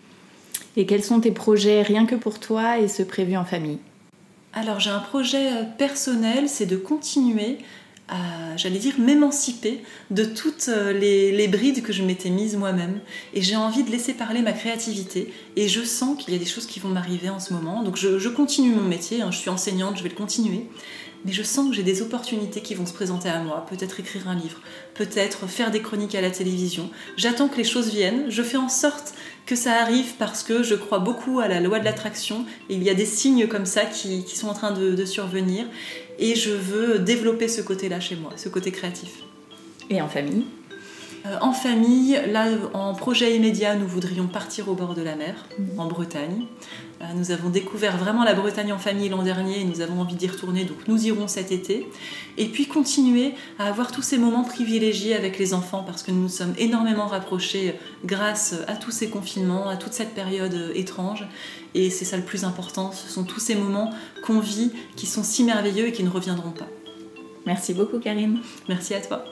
Et quels sont tes projets rien que pour toi et ceux prévus en famille ? Alors j'ai un projet personnel, c'est de continuer à, m'émanciper de toutes les brides que je m'étais mise moi-même. Et j'ai envie de laisser parler ma créativité. Et je sens qu'il y a des choses qui vont m'arriver en ce moment. Donc je continue mon métier, je suis enseignante, je vais le continuer. Mais je sens que j'ai des opportunités qui vont se présenter à moi. Peut-être écrire un livre, peut-être faire des chroniques à la télévision. J'attends que les choses viennent, je fais en sorte que ça arrive parce que je crois beaucoup à la loi de l'attraction. Et il y a des signes comme ça qui sont en train de survenir. Et je veux développer ce côté-là chez moi, ce côté créatif. Et en famille ? En famille, là, en projet immédiat, nous voudrions partir au bord de la mer, en Bretagne. Nous avons découvert vraiment la Bretagne en famille l'an dernier et nous avons envie d'y retourner, donc nous irons cet été. Et puis continuer à avoir tous ces moments privilégiés avec les enfants parce que nous nous sommes énormément rapprochés grâce à tous ces confinements, à toute cette période étrange. Et c'est ça le plus important, ce sont tous ces moments qu'on vit qui sont si merveilleux et qui ne reviendront pas. Merci beaucoup Karine. Merci à toi.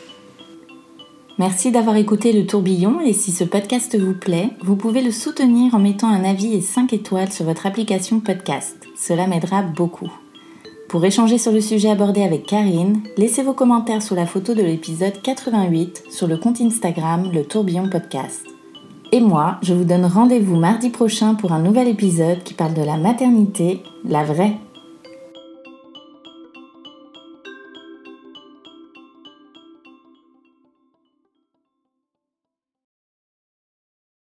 Merci d'avoir écouté Le Tourbillon et si ce podcast vous plaît, vous pouvez le soutenir en mettant un avis et 5 étoiles sur votre application podcast. Cela m'aidera beaucoup. Pour échanger sur le sujet abordé avec Karine, laissez vos commentaires sous la photo de l'épisode 88 sur le compte Instagram Le Tourbillon Podcast. Et moi, je vous donne rendez-vous mardi prochain pour un nouvel épisode qui parle de la maternité, la vraie.